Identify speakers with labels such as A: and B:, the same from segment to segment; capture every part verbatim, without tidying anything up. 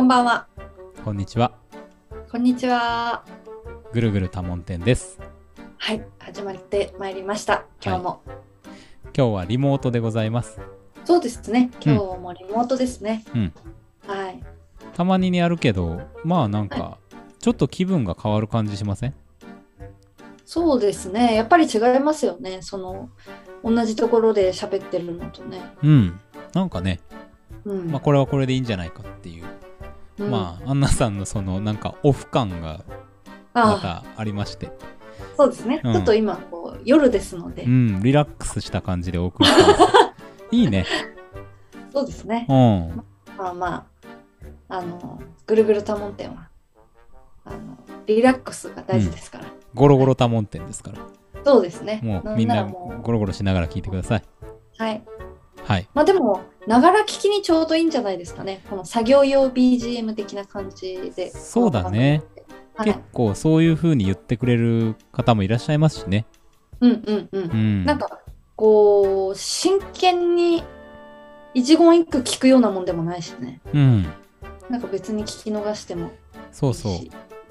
A: ばんは。
B: こんにちは。
A: こんにちは。
B: ぐるぐる多聞店です。
A: はい、始まってまいりました。今日も、はい、
B: 今日はリモートでございます。
A: そうですね。今日もリモートですね。
B: うん。
A: はい。
B: たまにやるけど、まあなんかちょっと気分が変わる感じしません？
A: そうですね。やっぱり違いますよね。その同じところで喋ってるのとね。
B: うん。なんかね、
A: うん、
B: まあこれはこれでいいんじゃないかっていう。うん、まあアンナさんのそのなんかオフ感がまたありまして。
A: そうですね、うん、ちょっと今こう夜ですので、
B: うん、リラックスした感じでお送りしてます。いいね。
A: そうですね。
B: うん。
A: まあまああのぐるぐる多聞店はあのリラックスが大事ですから。うん、
B: ゴロゴロ多聞店ですから。
A: そうですね。
B: もうみんなゴロゴロしながら聞いてください。
A: はい。
B: はい。
A: まあでもながら聞きにちょうどいいんじゃないですかね。この作業用 ビージーエム 的な感じで。
B: そうだね。はい、結構そういう風に言ってくれる方もいらっしゃいますしね。
A: うんうんうん。うん、なんかこう真剣に一言一句聞くようなもんでもないしね。
B: うん。
A: なんか別に聞き逃してもいいし。
B: そうそう。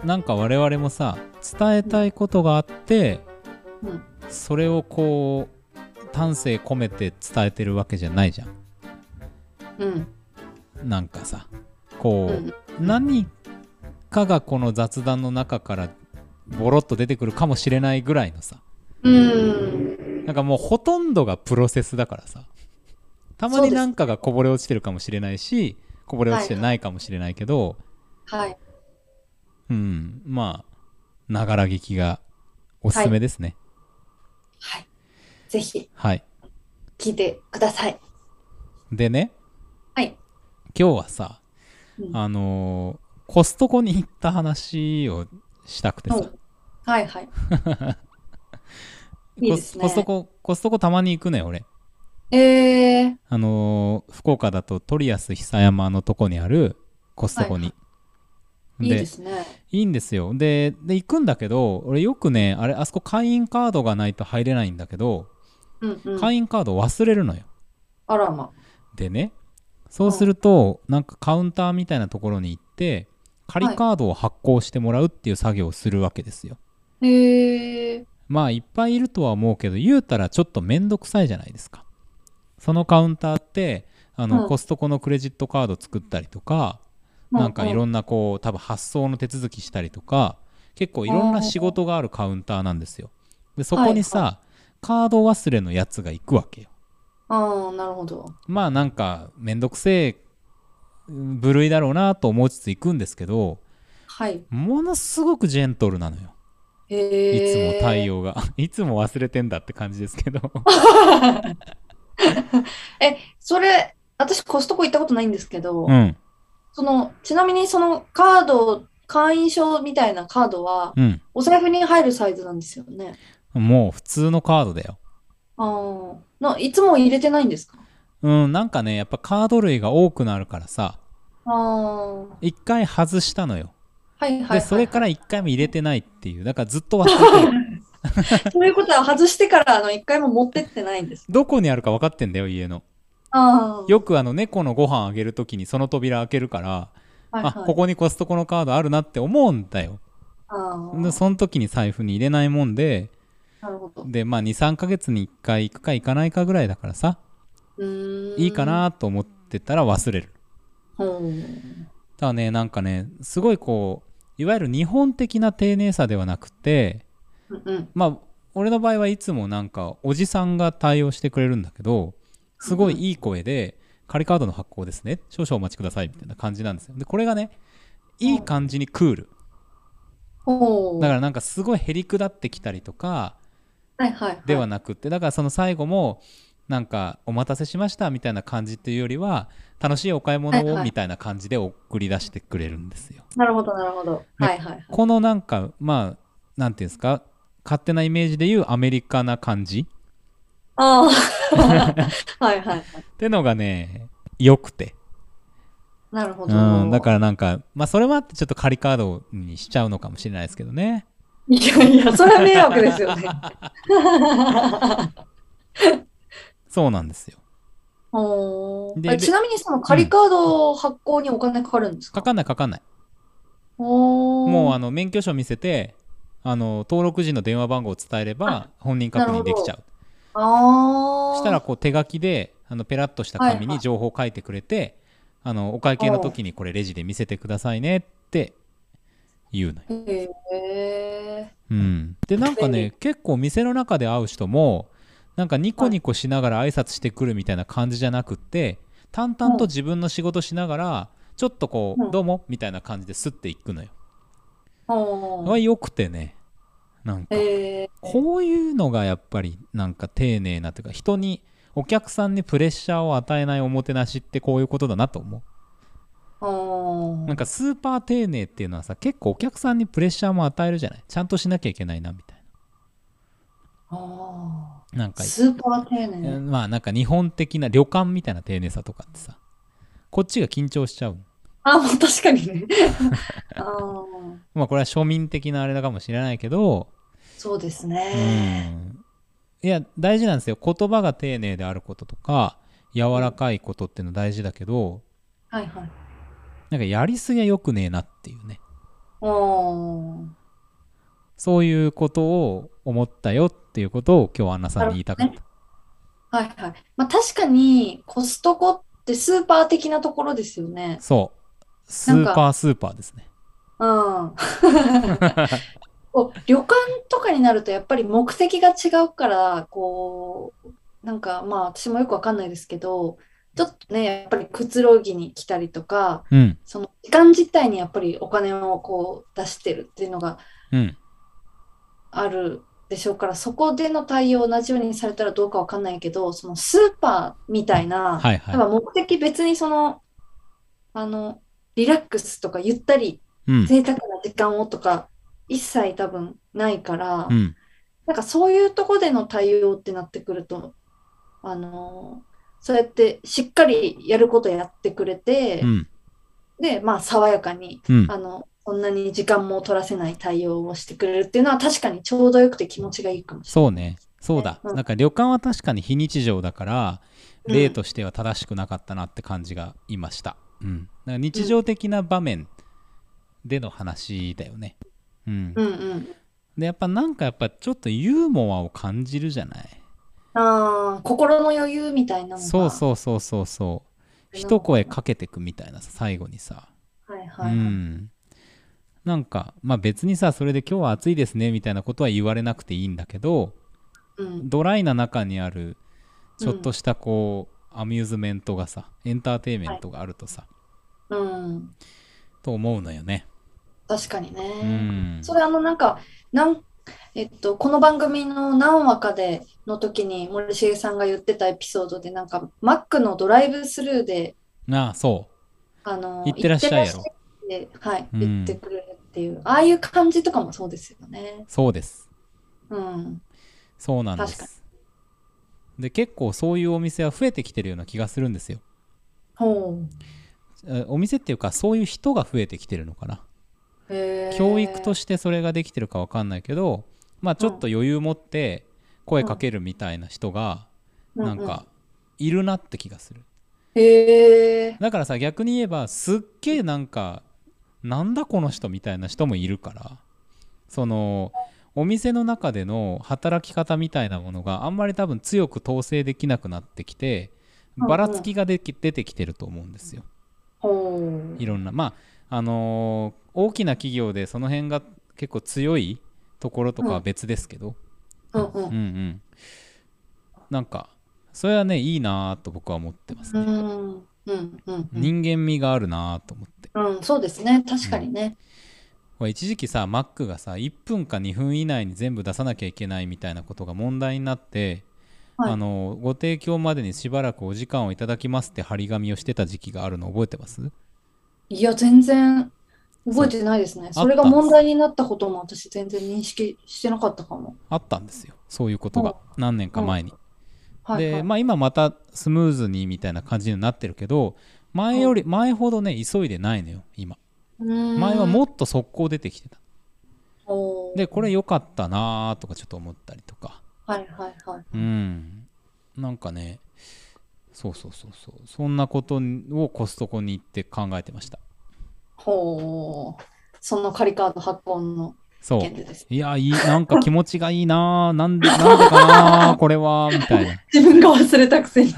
B: なんか我々もさ、伝えたいことがあって、うん、それをこう丹精込めて伝えてるわけじゃないじゃん。うん。なんかさ、こう、うん、何かがこの雑談の中からボロッと出てくるかもしれないぐらいのさ、うん、なんかもうほとんどがプロセスだからさ、たまになんかがこぼれ落ちてるかもしれないし、こぼれ落ちてないかもしれないけど、
A: はい、
B: うん、まあながら聞きがおすすめですね。
A: はい、はい、ぜひ
B: はい
A: 聞いてください。
B: でね、
A: はい、
B: 今日はさ、うん、あのーコストコに行った話をしたくてさ、うん、
A: はいはいいいですね。
B: コストココストコたまに行くね俺。
A: えー、
B: あのー、福岡だとトリアス久山のとこにあるコストコに、
A: はいはい、でいいですね。
B: いいんですよ。でで行くんだけど、俺よくね、あれあそこ会員カードがないと入れないんだけど、うんうん、会員カード忘れるのよ。
A: あらま。
B: でね、そうすると、うん、なんかカウンターみたいなところに行って仮カードを発行してもらうっていう作業をするわけですよ。
A: へー。
B: まあいっぱいいるとは思うけど、言うたらちょっとめんどくさいじゃないですか。そのカウンターってあの、うん、コストコのクレジットカード作ったりとか、うん、なんかいろんなこう多分発送の手続きしたりとか、結構いろんな仕事があるカウンターなんですよ。でそこにさ、はいはい、カード忘れのやつが行くわけよ。
A: ああ、なるほど。
B: まあなんかめんどくせえ部類だろうなと思いつつ行くんですけど、
A: はい、
B: ものすごくジェントルなのよ。
A: へ
B: いつも対応がいつも忘れてんだって感じですけど
A: え、それ私コストコ行ったことないんですけど、
B: うん、
A: そのちなみにそのカード会員証みたいなカードは、うん、お財布に入るサイズなんですよね。
B: もう普通のカードだよ。
A: ああ、いつも入れてないんですか？
B: うん、なんかね、やっぱカード類が多くなるからさ、
A: あ
B: 一回外したのよ。
A: はいはいはいはい、
B: でそれから一回も入れてないっていう、だからずっと忘れてる
A: そういうことは外してからあの一回も持ってってないんです。
B: どこにあるか分かってんだよ家の。
A: あ
B: よくあの猫のご飯あげるときにその扉開けるから、はいはい、あここにコストコのカードあるなって思うんだよ。あでその時に財布に入れないもんで、
A: なるほど。
B: でまあ にさんかげつにいっかい行くか行かないかぐらいだからさ、うーんいいかなと思ってたら忘れる。ただね、なんかね、すごいこういわゆる日本的な丁寧さではなくて、うんうん、まあ俺の場合はいつもなんかおじさんが対応してくれるんだけど、すごいいい声で、うん、仮カードの発行ですね、少々お待ちくださいみたいな感じなんですよ。でこれがね、いい感じにクール、だからなんかすごいへりくだってきたりとかではなくって、だからその最後もなんかお待たせしましたみたいな感じっていうよりは、楽しいお買い物をみたいな感じで送り出してくれるんですよ。
A: なるほどなるほど、はいはいはい、
B: このなんかまあなんていうんですか、勝手なイメージでいうアメリカな感じ、
A: ああはいはいはい
B: ってのがね良くて、
A: なるほど、
B: うん、だからなんかまあそれもあってちょっと仮カードにしちゃうのかもしれないですけどね。
A: いやいや、それは迷惑ですよね
B: そうなんですよ。
A: でちなみにその仮カード発行にお金かかるんですか？
B: かかんないかかんない。
A: お
B: もうあの免許証見せてあの登録時の電話番号を伝えれば本人確認できちゃう。
A: あ
B: したらこう手書きであのペラッとした紙に情報を書いてくれて、はいはい、あのお会計の時にこれレジで見せてくださいねって言うのよ。へえ、うん、でなんかね結構店の中で会う人もなんかニコニコしながら挨拶してくるみたいな感じじゃなくって、淡々と自分の仕事しながらちょっとこう、うん、どうもみたいな感じでスッていくのよ。はよくてね、なんかこういうのがやっぱりなんか丁寧なというか、人にお客さんにプレッシャーを与えないおもてなしってこういうことだなと思う。なんかスーパー丁寧っていうのはさ、結構お客さんにプレッシャーも与えるじゃない。ちゃんとしなきゃいけないなみたいな。あなんか
A: スーパー丁寧、
B: まあなんか日本的な旅館みたいな丁寧さとかってさ、こっちが緊張しちゃう。
A: ああ確かにね
B: あまあこれは庶民的なあれだかもしれないけど、
A: そうですね、
B: うん、いや大事なんですよ。言葉が丁寧であることとか柔らかいことっていうの大事だけど、
A: うん、はいはい、
B: なんかやりすぎはよくねえなっていうね、そういうことを思ったよっていうことを今日アンナさんに言いたかった、ね、
A: はいはい。まあ確かにコストコってスーパー的なところですよね。
B: そうスーパースーパーですね。
A: うんこう旅館とかになるとやっぱり目的が違うからこうなんかまあ私もよくわかんないですけど、ちょっとねやっぱりくつろぎに来たりとか、うん、その時間自体にやっぱりお金をこう出してるっていうのがあるでしょうから、そこでの対応を同じようにされたらどうかわかんないけど、そのスーパーみたいな、はいはい、目的別にそのあのリラックスとかゆったり、うん、贅沢な時間をとか一切多分ないから、うん、なんかそういうとこでの対応ってなってくると、あのそうやってしっかりやることやってくれて、うん、でまあ爽やかに、うん、あのそんなに時間も取らせない対応をしてくれるっていうのは確かにちょうどよくて気持ちがいいかもしれない。
B: そうね、そうだ、うん、なんか旅館は確かに非日常だから例としては正しくなかったなって感じがいました。うん、なんか日常的な場面での話だよね。うん、うんうん、でやっぱなんかやっぱちょっとユーモアを感じるじゃない。
A: あ、心の余裕みたいなのが。
B: そうそうそうそうそう。一声かけてくみたいなさ、最後にさ。はいはい、はい、うん。なんかまあ別にさそれで今日は暑いですねみたいなことは言われなくていいんだけど、うん、ドライな中にあるちょっとしたこう、うん、アミューズメントがさ、エンターテインメントがあるとさ、はい、うん、と思うのよね。
A: 確かにね。うん、それあのなんかなんえっと、この番組の何話かでの時に森重さんが言ってたエピソードで、なんかマックのドライブスルーで、
B: ああそう
A: あの
B: 行ってらっしゃいやろ
A: ってはい、うん、言ってくれるっていう、ああいう感じとかもそうですよね。
B: そうです、うん、そうなんです。確かに。で結構そういうお店は増えてきてるような気がするんですよ。ほう。お店っていうかそういう人が増えてきてるのかな。教育としてそれができてるか分かんないけど、まあちょっと余裕持って声かけるみたいな人がなんかいるなって気がする。へー。だからさ逆に言えばすっげえなんかなんだこの人みたいな人もいるから、そのお店の中での働き方みたいなものがあんまり多分強く統制できなくなってきてばらつきができ出てきてると思うんですよ。いろんなまああのー、大きな企業でその辺が結構強いところとかは別ですけど、うんうんうんうん、なんかそれはねいいなと僕は思ってますね。うんうんうんうん、人間味があるなと思って、
A: うん、そうですね確かにね、
B: うん、一時期さマックがさいっぷんかにふん以内に全部出さなきゃいけないみたいなことが問題になって、はい、あのご提供までにしばらくお時間をいただきますって張り紙をしてた時期があるの覚えてます？
A: いや全然覚えてないですね。それが問題になったことも私全然認識してなかったかも。
B: あったんですよそういうことが何年か前に、はい、で、はいはい、まあ今またスムーズにみたいな感じになってるけど前より、はい、前ほどね急いでないのよ今。前はもっと速攻出てきてた。でこれ良かったなとかちょっと思ったりとか、はいはいはい、うん、なんかねそうそうそうそう。そんなことをコストコに行って考えてました。
A: ほう。その仮カード発行の
B: そ
A: 件でです。
B: う。いや、いい、なんか気持ちがいいなぁ。なん、なんでかなぁ、これは、みたいな。
A: 自分が忘れたくせに。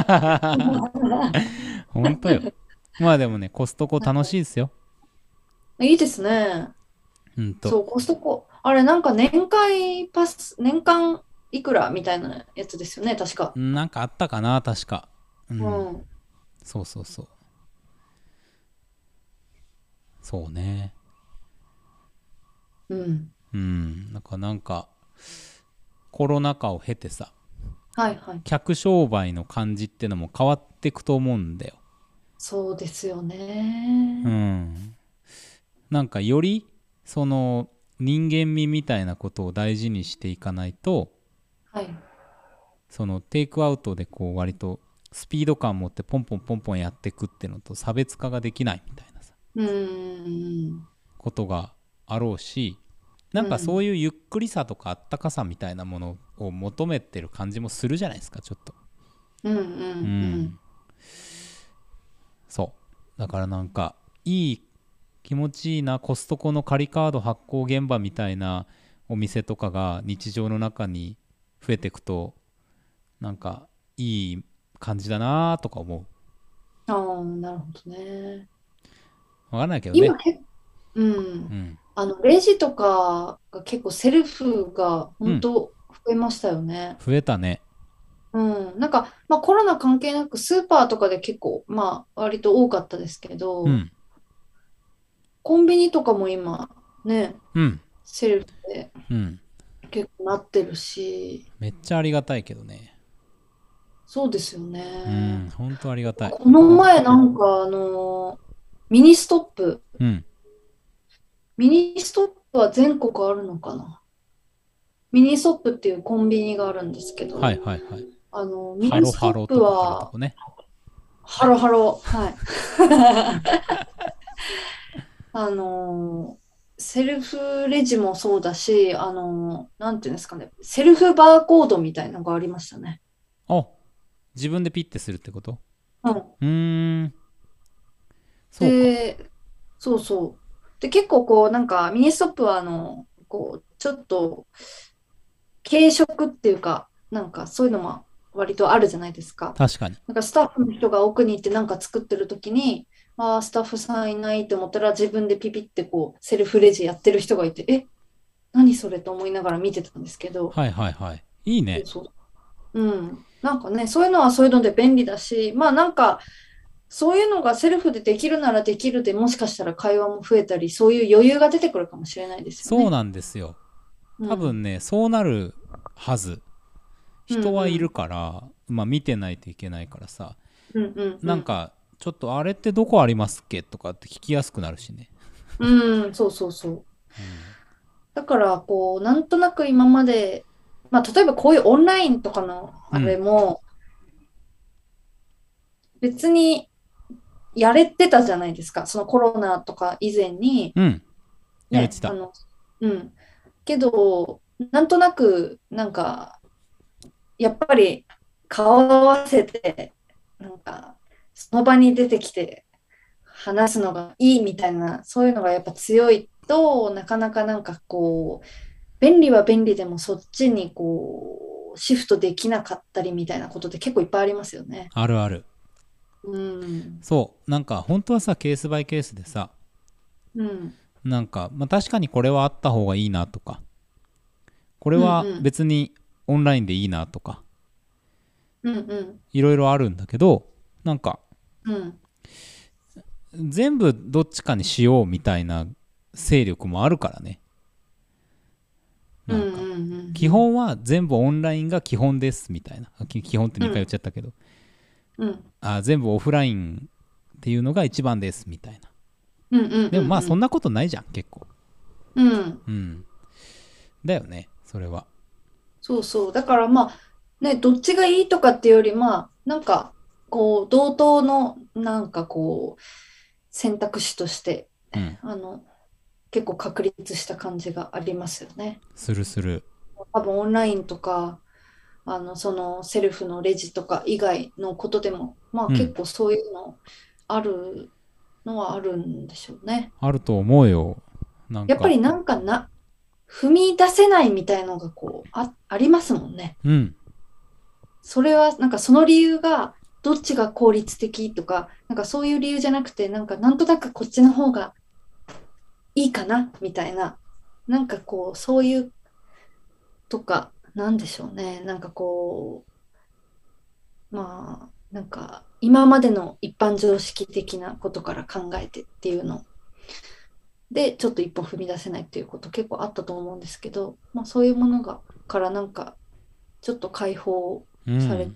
B: ほんとよ。まあでもね、コストコ楽しいですよ。
A: いいですね。
B: うんと。
A: そう、コストコ。あれ、なんか年会パス、年間いくらみたいなやつですよね、確か。
B: なんかあったかな、確か。う
A: う
B: ん。
A: ん。
B: そうそうそう。そうね。
A: うん。
B: うん。なんかなんか、コロナ禍を経てさ、
A: はいはい。
B: 客商売の感じってのも変わっていくと思うんだよ。
A: そうですよ
B: う
A: ね。
B: ん。なんかより、その、人間味みたいなことを大事にしていかないと、
A: はい。
B: そのテイクアウトでこう割とスピード感持ってポンポンポンポンやっていくってのと差別化ができないみたいなさ
A: うーん。
B: ことがあろうし、なんかそう
A: うん。
B: いうゆっくりさとかあったかさみたいなものを求めてる感じもするじゃないですか、ちょっと。
A: うんう
B: う
A: んうん。
B: ん。そうだからなんかいい気持ちいいな、コストコの仮カード発行現場みたいなお店とかが日常の中に増えていくと、なんかいい感じだなとか思う。
A: ああ、なるほどね。
B: わかんないけどね。
A: 今結構、うん。
B: うん。
A: あの、レジとかが結構セルフが
B: うん。
A: 本当増えましたよね。
B: 増えたね。
A: うん。なんか、まあコロナ関係なくスーパーとかで結構、まあ割と多かったですけど、
B: うん。
A: コンビニとかも今、ね、
B: うん。
A: セルフで
B: うん。
A: 結構なってるし、
B: めっちゃありがたいけどね。
A: そうですよ
B: うん。
A: ね。
B: ほんとありがたい。
A: この前なんかあの、ミニストップ、
B: うん。
A: ミニストップは全国あるのかな。ミニストップっていうコンビニがあるんですけ
B: はい
A: ど、
B: はいはい。
A: あの、ミ
B: ハロ
A: ニストッ
B: ハロとか書くと
A: プは、
B: こね。
A: ハロハロ、はい。あの、セルフレジもそうだし、あの、なんていうんですかね、セルフバーコードみたいなのがありましたね。
B: あ、自分でピッてするってこと？
A: うん。
B: うーん。そうか。
A: で、そうそう。で、結構こう、なんか、ミニストップは、あの、こう、ちょっと、軽食っていうか、なんか、そういうのも割とあるじゃないですか。
B: 確かに。
A: なんか、スタッフの人が奥に行ってなんか作ってる時に、ああ、スタッフさんいないって思ったら、自分でピピってこう、セルフレジやってる人がいて、え、何それと思いながら見てたんですけど、
B: はいはいはい。いいね。
A: そうそう。うん。なんかね、そういうのはそういうので便利だし、まあなんか、そういうのがセルフでできるならできるでもしかしたら会話も増えたり、そういう余裕が出てくるかもしれないですよね。
B: そうなんですよ。
A: うん。
B: 多分ね、そうなるはず。
A: うん
B: 人はいる
A: うん。
B: から、まあ見てないといけないからさ。
A: うんうんうん。
B: なんか、ちょっとあれってどこありますっけとかって聞きやすくなるしね。
A: うん、そうそうそう。
B: うん。
A: だから、こう、なんとなく今まで、まあ例えばこういうオンラインとかのあれ
B: うん。
A: も、別にやれてたじゃないですか。そのコロナとか以前に、
B: うん。やれて
A: ね、あ
B: た。
A: の、うん。けど、なんとなく、なんか、やっぱり顔合わせて、なんか、その場に出てきて話すのがいいみたいな、そういうのがやっぱ強いと、なかなかなんかこう、便利は便利でもそっちにこう、シフトできなかったりみたいなことって結構いっぱいありますよね。
B: あるある。
A: うん。
B: そう。なんか、本当はさ、ケースバイケースでさ、
A: うん。
B: なんか、まあ確かにこれはあった方がいいなとか、これ
A: うん
B: は
A: うん。
B: 別にオンラインでいいなとか、
A: うんうん。
B: いろいろあるんだけど、なんか、
A: うん。
B: 全部どっちかにしようみたいな勢力もあるからね。
A: うんう
B: なんか、基
A: ん
B: 本は全部オンラインが基本ですみたいな。き基本ってにかい言っ
A: うん。
B: ちゃったけど、
A: うん。
B: あ全部オフラインっていうのが一番ですみたいな。
A: うんうんうん
B: でもまあ
A: うん。
B: そんなことないじゃん、結構。
A: うん。
B: うん。だよね、それは。
A: そうそう。だからまあ、ね、どっちがいいとかっていうより、まあ、なんか、こう、同等の、なんかこう、選択肢として、
B: うん。
A: あの、結構確立した感じがありますよね。
B: するする。
A: 多分オンラインとか、 あの、そのセルフのレジとか以外のことでも、まあ
B: うん。
A: 結構そういうのあるのはあるんでしょうね。
B: あると思うよ。なんか、
A: やっぱりなんかな、踏み出せないみたいのがこう、あ、ありますもんね。
B: うん。
A: それはなんかその理由がどっちが効率的とか、なんかそういう理由じゃなくて、なんかなんとなくこっちの方がいいかなみたいな、なんかこう、そういうとか、なんでしょうね。なんかこう、まあ、なんか今までの一般常識的なことから考えてっていうので、ちょっと一歩踏み出せないっていうこと結構あったと思うんですけど、まあそういうものが、からなんかちょっと解放されて、
B: うん。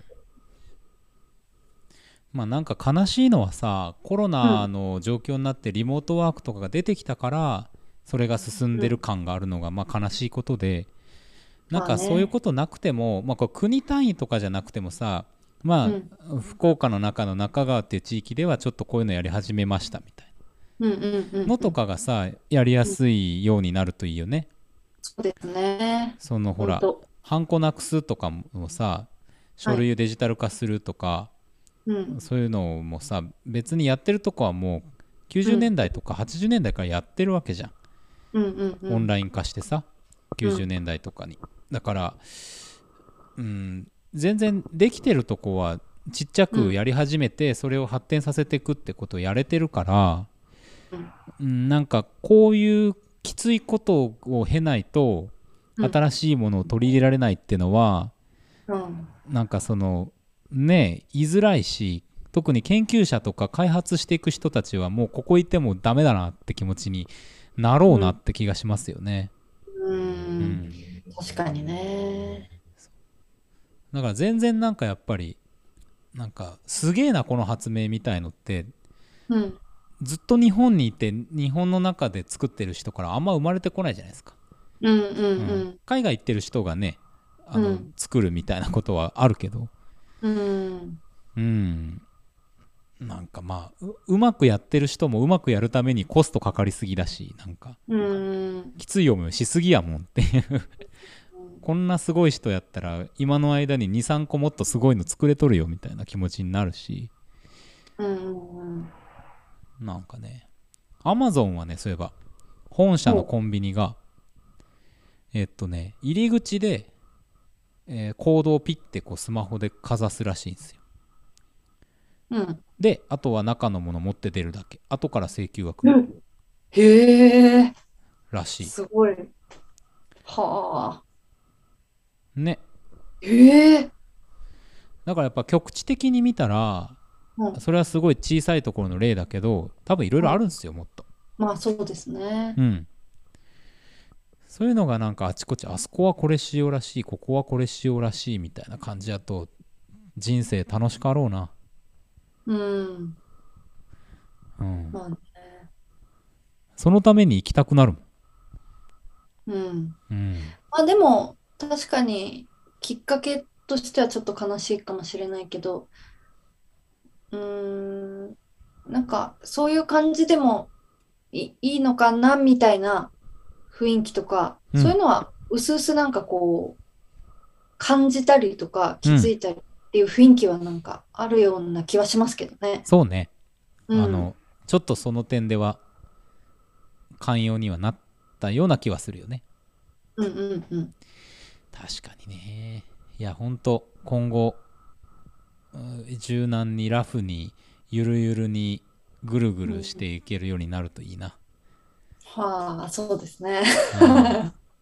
B: まあなんか悲しいのはさ、コロ
A: うん、
B: ナの状況になってリモートワークとかが出てきたから、それが進ん
A: うん、
B: でる感があるのがまあ悲しいことで、なんかそういう
A: まあね、
B: ことなくても、まあ、こう国単位とかじゃなくてもさ、ま
A: うん、
B: あ福岡の中の中川っていう地域ではちょっとこういうのやり始めましたみたい
A: うん、うん、うん、
B: なのと
A: うん、
B: かがさ、やりや
A: うん、
B: すいようになるといいよね。
A: そうですね。
B: そのほら、
A: 本当。
B: ハンコなくすとかもさ、書
A: はい。
B: 類をデジタル化するとか、
A: うん、
B: そういうのもさ、別にやってるとこはもう90
A: うん、
B: 年代とかはちじゅうねんだいからやってるわけじゃん。
A: うん、うん、うん、
B: オンライン化してさ、90
A: うん、
B: 年代とかに。だから、うん、全然できてるとこはちっちゃ
A: うん、
B: くやり始めて、それを発展させていくってことをやれてるから、
A: うん、
B: うん、なんかこういうきついことを経ないと
A: うん、
B: 新しいものを取り入れられないっていうのは、
A: うん、
B: なんかそのね、言いづらいし、特に研究者とか開発していく人たちはもうここいてもダメだなって気持ちになろうなって気がしますよね。
A: うん、
B: うん。
A: 確かにね。
B: だから全然なんかやっぱり、なんかすげえなこの発明みたいのって、
A: うん、
B: ずっと日本にいて日本の中で作ってる人からあんま生まれてこないじゃないですか。
A: うん、うん、
B: うん、
A: うん、
B: 海外行ってる人がね、あの
A: うん、
B: 作るみたいなことはあるけど、
A: うん、
B: うん、なんかまあ う, うまくやってる人もうまくやるためにコストかかりすぎだし、なんか
A: うん、
B: きつい思いしすぎやもんっていうこんなすごい人やったら今の間ににさんこもっとすごいの作れとるよみたいな気持ちになるし、
A: うん、
B: なんかね、アマゾンはね、そういえば本社の
A: ほ
B: コンビニがえっとね、入り口で、えーコードをピッてこうスマホでかざすらしいんですよ。
A: う、うん、
B: で、あとは中のもの持って出るだけ。後から請求が来る
A: うん、へえ、
B: らし
A: すごい。はあ。
B: い。ね。
A: へえ、
B: だからやっぱ局地的に見たら、
A: うん、
B: それはすごい小さいところの例だけど、多分いろいろ
A: うん、
B: あるんですよ、もっと。
A: まあそうですね。
B: うん。そういうのがなんかあちこち、あそこはこれしようらしい、ここはこれしようらしいみたいな感じだと、人生楽しかろうな。
A: うん、
B: うん。
A: まあね、
B: そのために行きたくなるもん。
A: うん。
B: うん。
A: まあでも、確かにきっかけとしてはちょっと悲しいかもしれないけど、うーん、なんかそういう感じでもいいいのかなみたいな雰囲気とか、
B: うん。
A: そういうのは薄々なんかこう感じたりとか
B: うん。
A: 気づいたりっていう雰囲気はなんかあるような気はしますけどね。
B: そうね。
A: うん。
B: あの、ちょっとその点では寛容にはなったような気はするよね。
A: うんうんうん。
B: 確かにね。いや、ほんと、今後、柔軟にラフに、ゆるゆるにぐるぐるし
A: うん、
B: ていけるようになるといいな。
A: はあ、そうですね。
B: うん。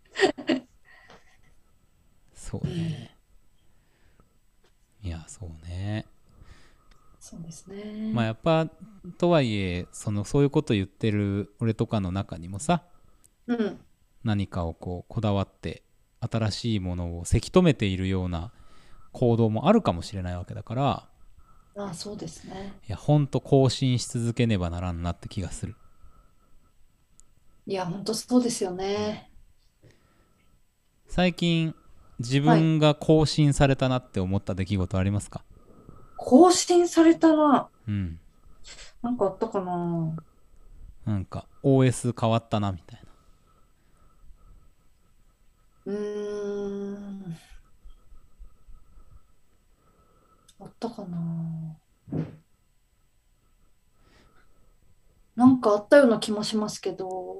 B: そう
A: うん、
B: ね。いや、そうね。
A: そうです
B: まあ
A: ね。
B: やっぱ、とはいえ、その、そういうこと言ってる俺とかの中にもさ、
A: うん。
B: 何かをこう、こだわって、新しいものをせき止めているような行動もあるかもしれないわけだから、
A: ああ、そうですね。
B: いや、ほんと更新し続けねばならんなって気がする。
A: いや、本当そうですよね。
B: 最近、自
A: はい。
B: 分が更新されたなって思った出来事ありますか？
A: 更新されたな。
B: うん。
A: なんかあったかな。
B: なんか、オーエス 変わったなみたいな。
A: うーん。 あったかな。なんかあったような気もしますけど、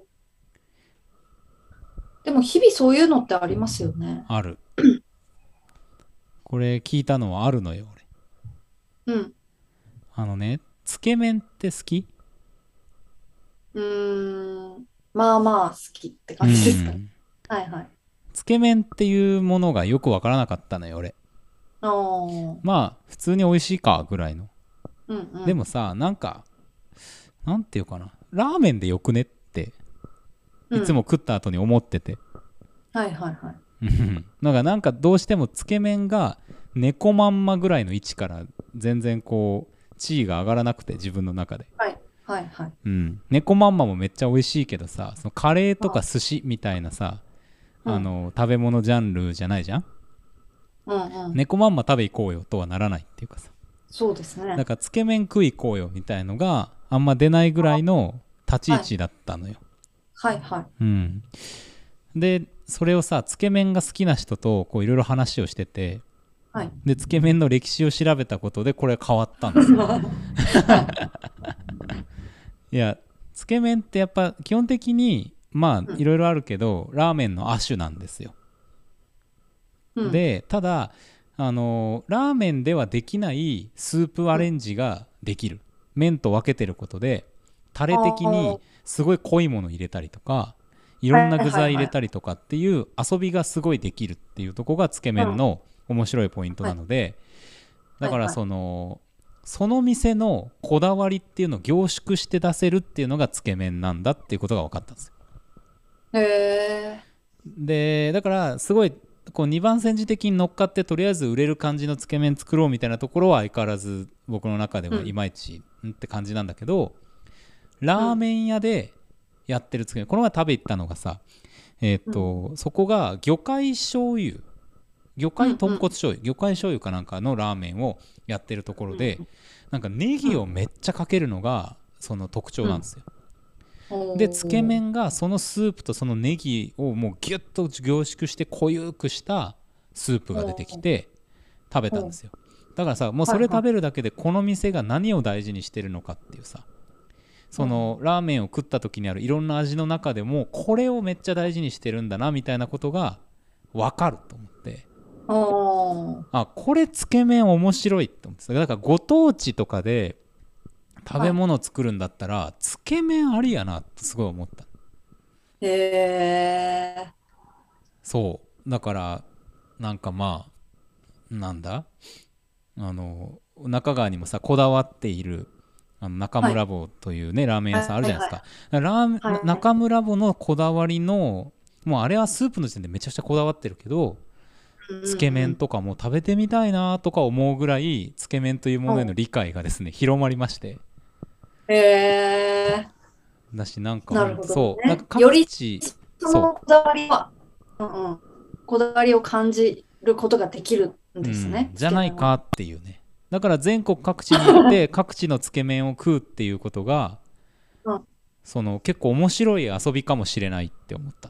A: でも日々そういうのってありますよね。
B: ある。これ聞いたのはあるのよ俺。
A: うん。
B: あのね、つけ麺って好き？
A: うーん。まあまあ好きって
B: う
A: 感じですかね。
B: ん。
A: はいはい。
B: つけ麺っていうものがよくわからなかったのよ俺。
A: ああ。
B: まあ普通に美味しいかぐらいの。
A: うんうん。
B: でもさ、なんかなんていうかな、ラーメンでよくねっていつも
A: うん。
B: 食った後に思ってて。
A: はいはいはい。
B: なんかなんかどうしてもつけ麺が猫まんまぐらいの位置から全然こう地位が上がらなくて、自分の中で。
A: はいはいはい。
B: うん、猫まんまもめっちゃ美味しいけどさ、そのカレーとか
A: あ、
B: 寿司みたいなさ、
A: うん。
B: あの食べ物ジャンルじゃないじゃん。
A: うんうん。
B: 猫まんま食べ行こうよとはならないっていうかさ、
A: そうですね。
B: だからつけ麺食い行こうよみたいのがあんま出ないぐらいの立ち位
A: はい。
B: 置だったのよ。
A: はいはい。
B: うん。でそれをさ、つけ麺が好きな人とこういろいろ話をしてて、
A: はい。
B: でつけ麺の歴史を調べたことでこれ変わったんですよ。
A: はい。
B: いや、つけ麺ってやっぱ基本的にまあ
A: うん。
B: いろいろあるけどラーメンの亜種なんですよ。
A: うん。
B: でただあのラーメンではできないスープア
A: うん。
B: レンジができる。麺と分けてることでタレ
A: あ
B: 的に
A: あ。
B: すごい濃いもの入れたりとか、いろんな
A: はい
B: 具材入
A: はいはい。
B: れたりとかっていう遊びがすごいできるっていうところがつけ
A: うん。
B: 麺の面白いポイント
A: はい。
B: なので、だ
A: はいはい。
B: からそのその店のこだわりっていうのを凝縮して出せるっていうのがつけ麺なんだっていうことが分かったんですよ。
A: へえ。
B: でだからすごいこうにばん煎じ的に乗っかってとりあえず売れる感じのつけ麺作ろうみたいなところは相変わらず僕の中で
A: うん。
B: はいまいちんって感じなんだけど、ラー
A: うん。
B: メン屋でやってるつけ麺、この前食べ行ったのがさ、えっ、
A: うん。
B: とそこが魚介醤油、魚
A: うん。
B: 介豚
A: うん。
B: 骨醤油、魚介醤油かなんかのラーメンをやってるところで、
A: うん。
B: なんかネ
A: うん。
B: ギをめっちゃかけるのがその特徴
A: うん。
B: なんですよ。
A: お
B: でつけ
A: ー。
B: 麺がそのスープとそのネギをもうギュッと凝縮して濃ゆくしたスープが出てき
A: おー。
B: て食べたん
A: おー。
B: ですよ。だからさ、もうそれ食
A: はいはい。
B: べるだけでこの店が何を大事にしてるのかっていうさ、その
A: うん。
B: ラーメンを食った時にあるいろんな味の中でもこれをめっちゃ大事にしてるんだなみたいなことが分かると思って、
A: おー。
B: あ、これつけ麺面白いって思ってた。だからご当地とかで食べ
A: はい。
B: 物作るんだったらつけ麺ありやなってすごい思った。
A: へえ。
B: そうだからなんかまあなんだ、あの中川にもさこだわっているあの中
A: はい。
B: 村坊というねラーメン屋さんあるじゃないですか。
A: はいはい。
B: ラーメン
A: はい。
B: 中村坊のこだわりの、もうあれはスープの時点でめちゃくちゃこだわってるけど、
A: うん
B: つけ
A: うん
B: 麺とかも食べてみたいなとか思うぐらいつけ麺というものへの
A: うん。
B: 理解がですね広まりまして、
A: へえ。
B: だしなんかほん
A: なるほど
B: とそうなんか
A: ね。より
B: 各地、そ
A: そのこだわりは、うんうん、こだわりを感じることができるん
B: う、う
A: ですね、
B: ん、じ
A: つけ麺は。
B: ゃないかっていうね。だから全国各地に行って各地のつけ麺を食うっていうことが
A: うん、
B: その結構面白い遊びかもしれないって思ったの。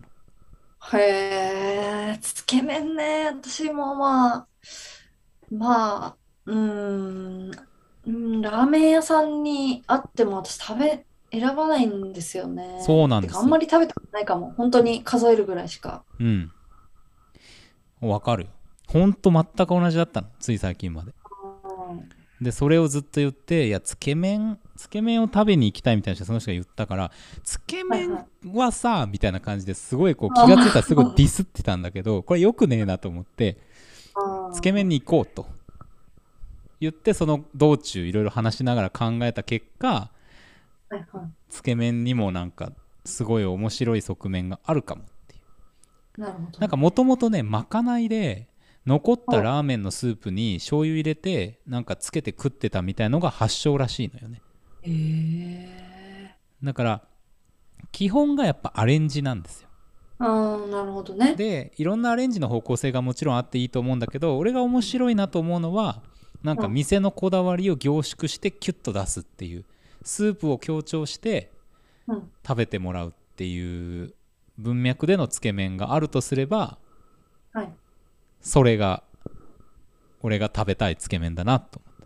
A: へえ、つけ麺ね。私もまあ、まあ、うーん、うん、ラーメン屋さんにあっても私食べ、選ばないんですよ
B: そう
A: ね。てか、あん
B: なんですよ。
A: まり食べたことないかも。本当に数えるぐらいしか。
B: うん、わかるよ。ほんと全く同じだったの、つい最近まで。
A: うん、
B: でそれをずっと言って、いやつけ麺つけ麺を食べに行きたいみたいな人その人が言ったから、つけ麺
A: はいはい。
B: はさみたいな感じですごいこう気がついたらすごいディ
A: あ
B: スってたんだけど、これよくねえなと思って、つけ麺
A: あ、
B: に行こうと言って、その道中いろいろ話しながら考えた結果、
A: はいはい。
B: つけ麺にもなんかすごい面白い側面があるかもっていう。
A: なるほど
B: なんかも
A: ね。
B: ともとねまかないで残った
A: は
B: ラーメンのスープに醤油入れてなんかつけて食ってたみたいのが発祥らしいのよね。
A: い。へえ。
B: だから基本がやっぱアレンジなんですよ。
A: ああ、なるほどね。
B: でいろんなアレンジの方向性がもちろんあっていいと思うんだけど、俺が面白いなと思うのはなんか
A: うん、
B: 店のこだわりを凝縮してキュッと出すっていう、スープを強調して
A: うん。
B: 食べてもらうっていう文脈でのつけ麺があるとすれば、
A: はい。
B: それが俺が食べたいつけ麺だなと思った。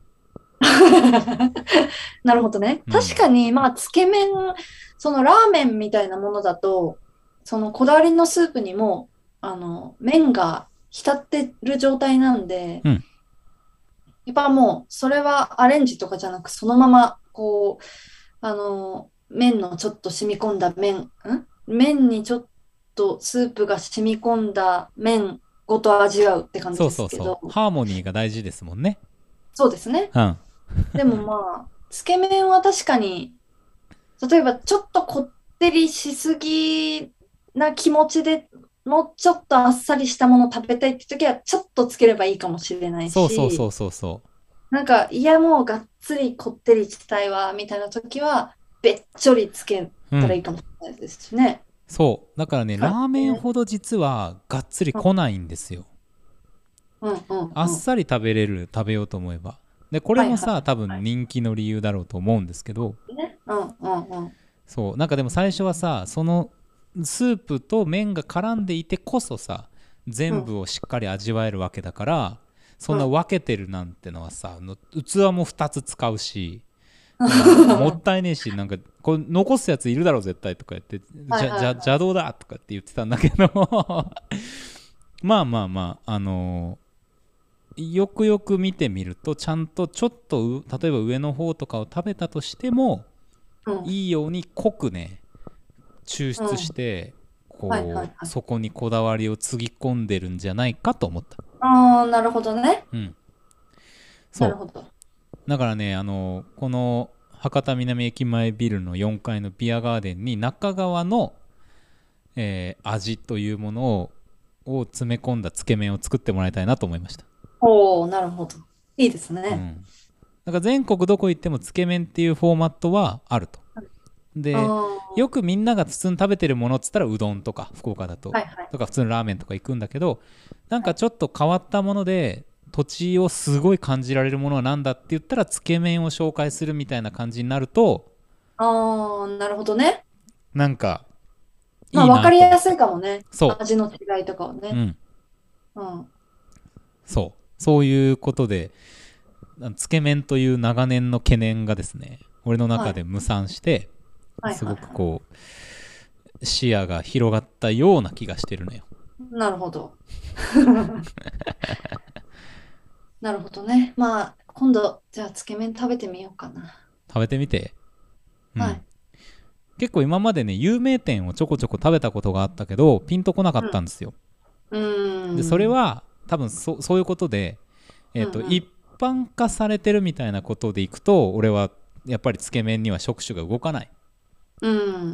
A: なるほどね。
B: うん
A: 確かに、まあ、つけ麺、そのラーメンみたいなものだと、そのこだわりのスープにも、あの、麺が浸ってる状態なんで、
B: うん
A: やっぱもう、それはアレンジとかじゃなく、そのまま、こう、あの、麺のちょっと染み込んだ麺、ん麺にちょっとスープが染み込んだ麺ごと味わうって感じ
B: そう
A: ですけど、
B: そうそう、ハーモニーが大事ですもんね。
A: そうですね。
B: うん
A: でもまあ、つけ麺は確かに、例えばちょっとこってりしすぎな気持ちでもうちょっとあっさりしたもの食べたいって時はちょっとつければいいかもしれないし、
B: そうそうそうそうそ
A: なんかいやもうがっつりこってりしたいわみたいな時はべっちょりつけ
B: う。うん。
A: たらいいかもしれないですしね。
B: そうだからね、ラ
A: はい。
B: ーメンほど実はがっつり来ないんですよ。
A: うんうんうん。
B: あっさり食べれる、食べようと思えば。でこれ
A: はいはい
B: もさ、多
A: はい。
B: 分人気の理由だろうと思うんですけど、
A: ね。うんうんうん。
B: そうなんかでも最初はさ、そのスープと麺が絡んでいてこそさ、全
A: うん
B: 部をしっかり味わえるわけだから、そんな
A: うん。
B: 分けてるなんてのはさ、の器もふたつ使うし、もうもったいねえし、なんかこれ残すやついるだろう絶対とか言って、
A: はい
B: じゃじゃ
A: はいはい。
B: 邪道だとかって言ってたんだけどまあまあまあ、あのーよくよく見てみると、ちゃんとちょっと例えば上の方とかを食べたとしても
A: うん
B: いいように濃くね抽出し
A: うん。
B: て、
A: はいはい
B: こう
A: はい。
B: そこにこだわりをつぎ込んでるんじゃないかと思った。
A: ああ、なるほどね。
B: うん。そ
A: なるほど。
B: うだからね、あのーこの博多南駅前ビルのよんかいのビアガーデンに中川の、えー味というものをを詰め込んだつけ麺を作ってもらいたいなと思いました。
A: おお、なるほど。いいですね。
B: うん。だから全国どこ行ってもつけ麺っていうフォーマットはあると。
A: あ
B: で、
A: あ、
B: よくみんなが普通に食べてるものっつったらうどんとか福岡だと
A: はいはい。
B: とか普通のラーメンとか行くんだけど、なん
A: はい。
B: かちょっと変わったもので土地をすごい感じられるものは何だって言ったらつけ麺を紹介するみたいな感じになると、
A: ああ、なるほどね。
B: なんか
A: まあ、
B: いい
A: わか
B: なと思って。
A: りやすいかもね。
B: そ
A: 味の違いとかをね。
B: う。うん。
A: うん。
B: そうそういうことで、つけ麺という長年の懸念がですね、俺の
A: はい。
B: 中で無賛して、すご
A: はいはいは
B: くこう視野が広がったような気がしてるのよ。
A: い。なるほど。なるほどね。まあ、今度、じゃあ、つけ麺食べてみようかな。
B: 食べてみて。うん。
A: はい。
B: 結構今までね、有名店をちょこちょこ食べたことがあったけどピンとこなか
A: うん。
B: ったんですよ。
A: うー
B: でそれ
A: ん。
B: は多分そそういうことで、えっと一
A: うんうん。
B: 般化されてるみたいなことでいくと、俺はやっぱりつけ麺には触手が動かない。
A: うん。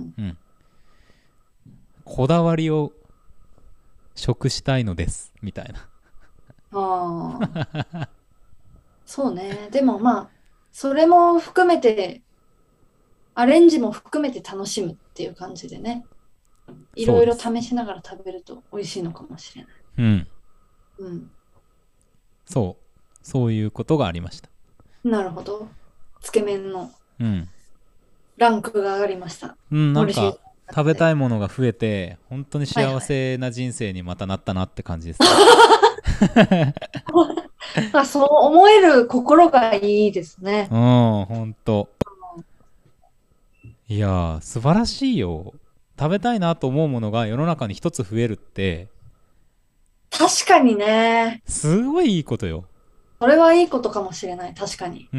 B: うん。こだわりを食したいのですみたいな。
A: ああ、そうね。でもまあ、それも含めて、アレンジも含めて楽しむっていう感じでね。いろいろ
B: そうです。
A: 試しながら食べると美味しいのかもしれない。
B: うん。
A: うん。
B: そうそういうことがありました。
A: なるほど。つけ麺の
B: うん。
A: ランクが上がりました。
B: うん、なんか
A: 森進一の
B: 食べ
A: 中で。
B: たいものが増えて本当に幸
A: はいはい。
B: せな人生にまたなったなって感じですね。
A: あ、そう思える心がいいですね。
B: うん、本当。いやー素晴らしいよ。食べたいなと思うものが世の中に一つ増えるって
A: 確かにね。
B: すごいいいことよ。
A: それはいいことかもしれない。確かに。
B: うん。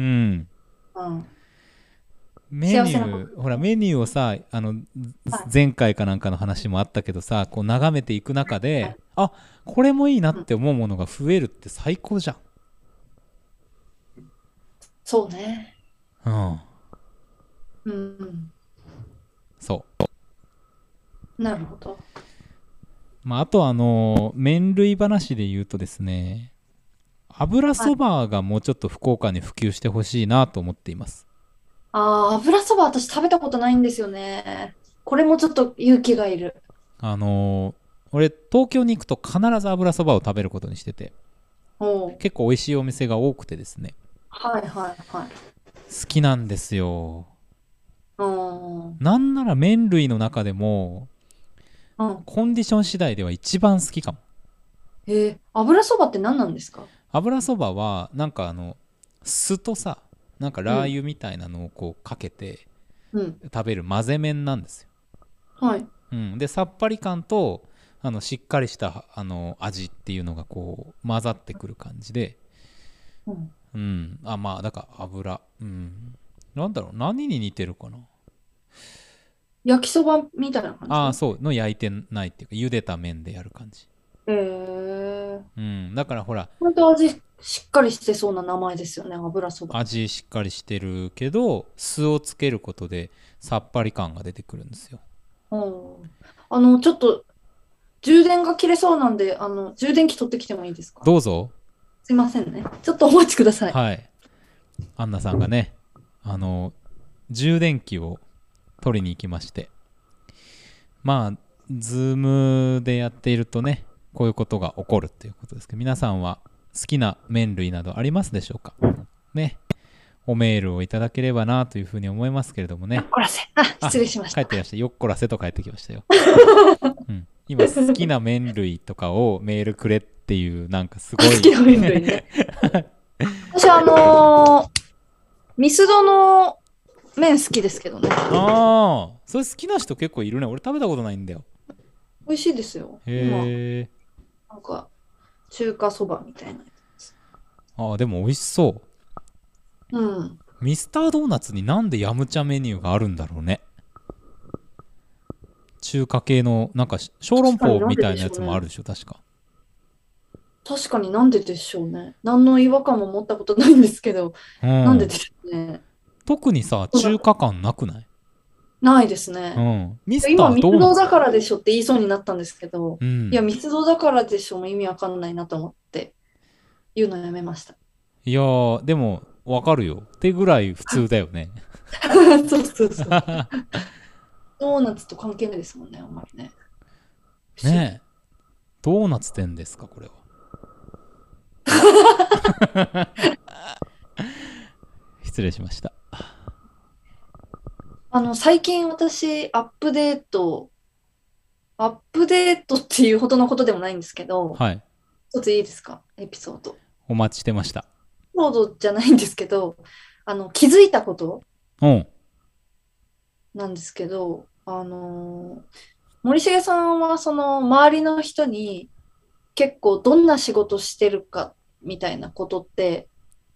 A: うん。
B: メニ
A: 幸せなこと。
B: ューほらメニューをさ、あの
A: はい。
B: 前回かなんかの話もあったけどさ、こう眺めていく中
A: はい。
B: で、あ、これもいいなっ
A: うん。
B: て思うものが増えるって最高じゃ
A: そうね。
B: ん。うん。
A: うん。
B: そう。
A: なるほど。
B: まあ、あとはあの麺類話で言うとですね、油
A: はい。
B: そばがもうちょっと福岡に普及してほしいなと思っています。
A: ああ、油そば私食べたことないんですよね。これもちょっと勇気がいる。
B: あのー俺東京に行くと必ず油そばを食べることにしてて、
A: おう。
B: 結構美味しいお店が多くてですね、
A: はいはいはい。
B: 好きなんですよ。
A: うん。
B: なんなら麺類の中でも
A: うん。
B: コンディション次第では一番好きかも。
A: えー、油そばって何なんですか？
B: 油そばはなんかあの酢とさ、なんかラー油みたいなのをこうかけて食べる混ぜ麺なんですよ。
A: はい。
B: うん、でさっぱり感とあのしっかりしたあの味っていうのがこう混ざってくる感じで、
A: うん。
B: うん、あ、まあだから油、うん、なんだろう、何に似てるかな。
A: 焼きそばみたいな感
B: ああ、
A: じ？
B: そうの焼いてないっていうか茹でた麺でやる感じ。
A: へえ。
B: うん、だからほら、
A: ほんと味しっかりしてそうな名前ですよね、油そば。
B: 味しっかりしてるけど酢をつけることでさっぱり感が出てくるんですよ。
A: うん。あの、ちょっと充電が切れそうなんで、あの、充電器取ってきてもいいですか？
B: どうぞ。
A: すいませんね。ちょっとお待ちください。
B: はい、アンナさんがね、あの充電器を取りに行きまして、まあズームでやっているとね、こういうことが起こるっていうことですけど、皆さんは好きな麺類などありますでしょうかね。おメールをいただければなというふうに思いますけれどもね。
A: よっこらせ。あ、失礼しました。
B: 帰っていらっしゃい。よっこらせと帰ってきましたよ。うん、今好きな麺類とかをメールくれっていうなんかすごい
A: 好きな麺類ね。私、あのー、ミスドの麺好きですけどね。
B: ああ、それ好きな人結構いるね。俺食べたことないんだよ。
A: 美味しいですよ。今、
B: へえ。
A: なんか、中華そばみたいなやつ。
B: ああ、でも美味しそう。
A: うん。
B: ミスタードーナツになんでヤムチャメニューがあるんだろうね。中華系のなんか小籠包みたいなやつもあるでしょ、確か。
A: 確かになんででしょうね。何の違和感も持ったことないんですけど、
B: う
A: なんでで
B: ん。
A: しょうね。
B: 特にさ、中華感なくない？
A: ないですね。
B: うん。ミスタ
A: 今、
B: ー
A: ミス
B: ドーナツ。
A: ドだからでしょって言いそうになったんですけど、いや、
B: うん。
A: ミスドだからでしょも意味わかんないなと思って言うのやめました。
B: いやー、でも、わかるよ。ってぐらい普通だよね。
A: そうそうそう。ドーナツと関係ないですもんね、あんまりね。不思議。
B: ねえ。ドーナツ店ですか、これは。失礼しました。
A: あの、最近私、アップデート、アップデートっていうほどのことでもないんですけど、
B: はい。
A: 一ついいですか？エピソード。エ
B: お待ちしてました。
A: ピソードじゃないんですけど、あの、気づいたこと
B: うん。
A: なんですけど、あのー森重さんはその周りの人に結構どんな仕事してるかみたいなことって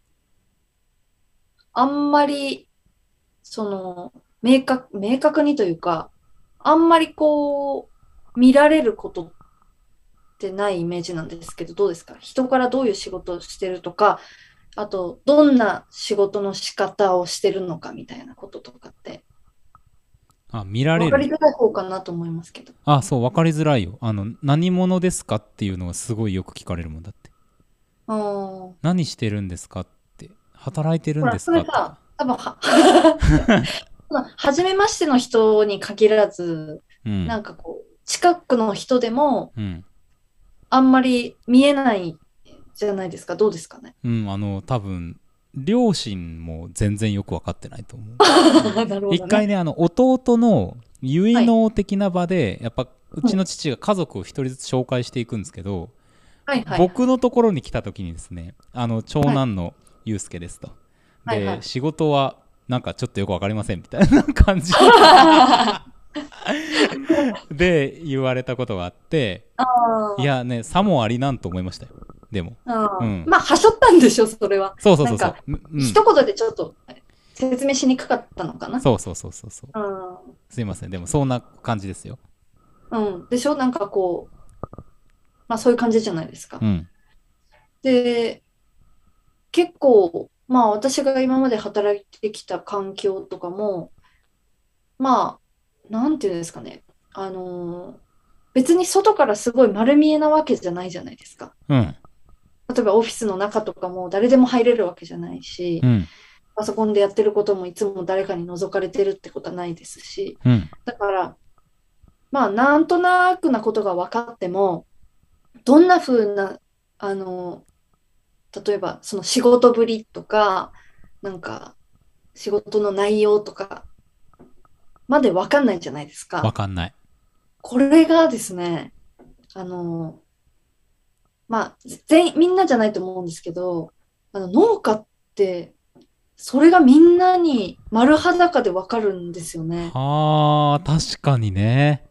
A: あんまりその明確、明確にというか、あんまりこう見られることってないイメージなんですけど、どうですか？人からどういう仕事をしてるとか、あとどんな仕事の仕方をしてるのかみたいなこととかって
B: あ、見られる。
A: 分かりづらい方かなと思いますけど。
B: あ、そう、わかりづらいよ。あの、何者ですかっていうのがすごいよく聞かれるもんだって。
A: ああ。
B: 何してるんですかって。働いてる
A: ほら、
B: んです
A: それさ、
B: かとか。
A: 多分は、初めましての人に限らず、
B: うん。
A: なんかこう、近くの人でも、
B: うん。
A: あんまり見えないじゃないですか。どうですかね。
B: うん、あの、多分、両親も全然よく分かってないと思う。
A: なるほどね。
B: 一回ね、あの、弟の結
A: はい。
B: 納的な場で、やっぱ、う
A: うん。
B: ちの父が家族を一人ずつ紹介していくんですけど、
A: はいはいはい。
B: 僕のところに来た時にですね、あの、長
A: はい
B: 男の祐介ですと。で、
A: はいはい。
B: 仕事は、なんかちょっとよく分かりませんみたいな感じで言われたことがあって、
A: あー
B: いやね、さもありなんと思いましたよ。でも。
A: あー。
B: うん。
A: まあ、はしょったんでしょ、それは。
B: そうそうそうそ
A: なんか、
B: う。うん。
A: 一言でちょっと説明しにくかったのかな。
B: そうそうそうそうそう。
A: うん。
B: すいません。でもそんな感じですよ。
A: うん。でしょなんかこう、まあそういう感じじゃないですか。
B: うん。
A: で、結構、まあ私が今まで働いてきた環境とかも、まあ、なんていうんですかね。あのー別に外からすごい丸見えなわけじゃないじゃないですか。
B: うん。
A: 例えばオフィスの中とかも誰でも入れるわけじゃないし、
B: うん。
A: パソコンでやってることもいつも誰かに覗かれてるってことはないですし、
B: うん。
A: だから、まあなんとなくなことが分かっても、どんな風な、あのー例えばその仕事ぶりとか、なんか仕事の内容とかまで分かんないじゃないですか。
B: わかんない。
A: これがですね、あの、 まあ、全員、みんなじゃないと思うんですけど、あの農家って、それがみんなに丸裸でわかるんですよね。
B: はあ、確かにね。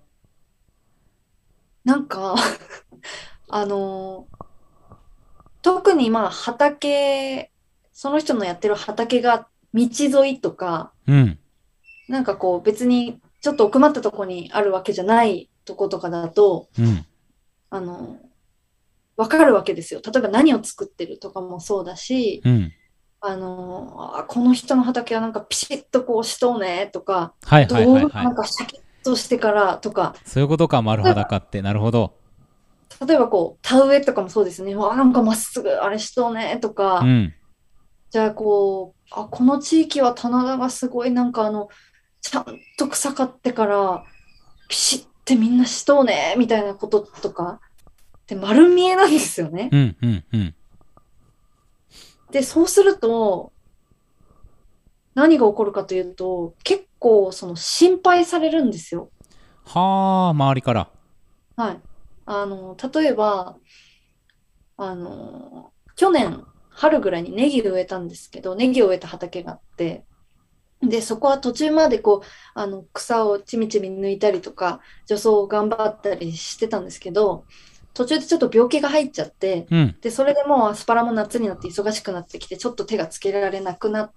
A: なんかあの、特にまあ畑、その人のやってる畑が道沿いとか、
B: うん。
A: なんかこう別にちょっと奥まったとこにあるわけじゃないとことかだと、
B: うん。
A: あの、わかるわけですよ。例えば何を作ってるとかもそうだし、
B: うん。
A: あの、あ、この人の畑はなんかピシッとこうしとうねとか、
B: はいはい
A: 道
B: はいはい。
A: 具がなんかシャキッとしてからとか、
B: そういうことか、丸
A: 例えば、
B: 裸って。なるほど。
A: 例えばこう、田植えとかもそうですね。わ、なんかまっすぐあれしとうねとか、
B: うん。
A: じゃあこう、あ、この地域は棚田がすごいなんかあの、ちゃんと草刈ってからピシッてみんなしとうねみたいなこととかって丸見えなんですよね。
B: うんうんうん。
A: で、そうすると何が起こるかというと結構その心配されるんですよ。
B: はあ、周りから。
A: はい。あの、例えば、あの、去年春ぐらいにネギを植えたんですけど、ネギを植えた畑があって、で、そこは途中までこう、あの、草をちみちみ抜いたりとか、除草を頑張ったりしてたんですけど、途中でちょっと病気が入っちゃって、
B: うん。
A: で、それでもうアスパラも夏になって忙しくなってきて、ちょっと手がつけられなくなって、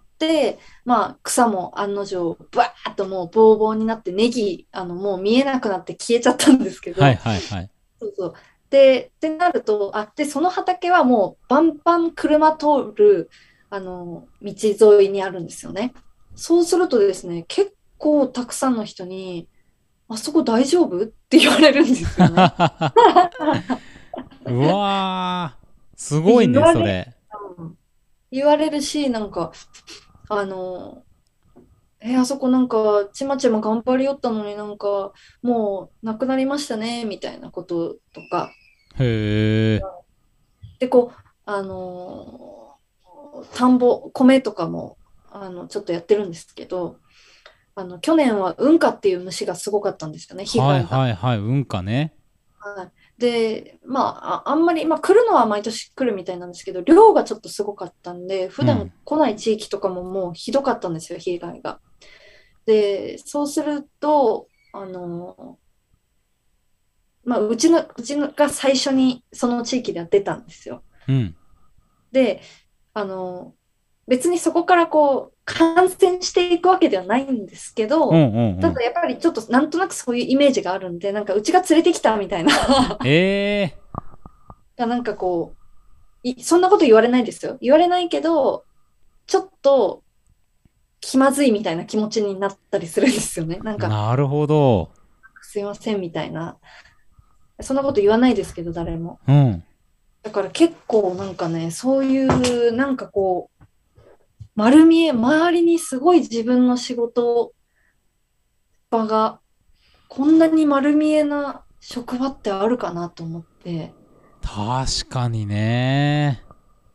A: まあ、草も案の定、バーッともうボーボーになって、ネギ、あの、もう見えなくなって消えちゃったんですけ
B: はい
A: ど、
B: はいはい。
A: そうそう。で、ってなると、あ、で、その畑はもうバンバン車通る、あの、道沿いにあるんですよね。そうするとですね、結構たくさんの人に、あそこ大丈夫って言われるんですよね。
B: うわー。す
A: で
B: ごいね、
A: 言われ、
B: それ。
A: うん言われるし、なんか、あの、え、あそこなんか、ちまちま頑張りよったのになんか、もうなくなりましたね、みたいなこととか。
B: へえ。
A: で、こう、あのー田んぼ、米とかも、あの、ちょっとやってるんですけど、あの、去年はウンカっていう虫がすごかったんですよね、被
B: はい
A: 害が。
B: はいはい。運かね。
A: はい。で、まあ、あ、あんまり、まあ、来るのは毎年来るみたいなんですけど、量がちょっとすごかったんで、普段
B: うん。
A: 来ない地域とかももうひどかったんですよ、被害が。で、そうすると、あの、まあ、うちの、うちのが最初にその地域では出たんですよ。
B: うん。
A: で、あの、別にそこからこう、感染していくわけではないんですけど、
B: うんうんうん。
A: ただやっぱりちょっとなんとなくそういうイメージがあるんで、なんかうちが連れてきたみたいな
B: ええ
A: なんかこうい、そんなこと言われないですよ。言われないけど、ちょっと気まずいみたいな気持ちになったりするんですよね。なん
B: ー。
A: か、
B: なるほど。
A: すいませんみたいな。そんなこと言わないですけど、誰も。
B: うん。
A: だから結構なんかね、そういう、なんかこう、丸見え、周りにすごい自分の仕事場が、こんなに丸見えな職場ってあるかなと思って、
B: 確かにね。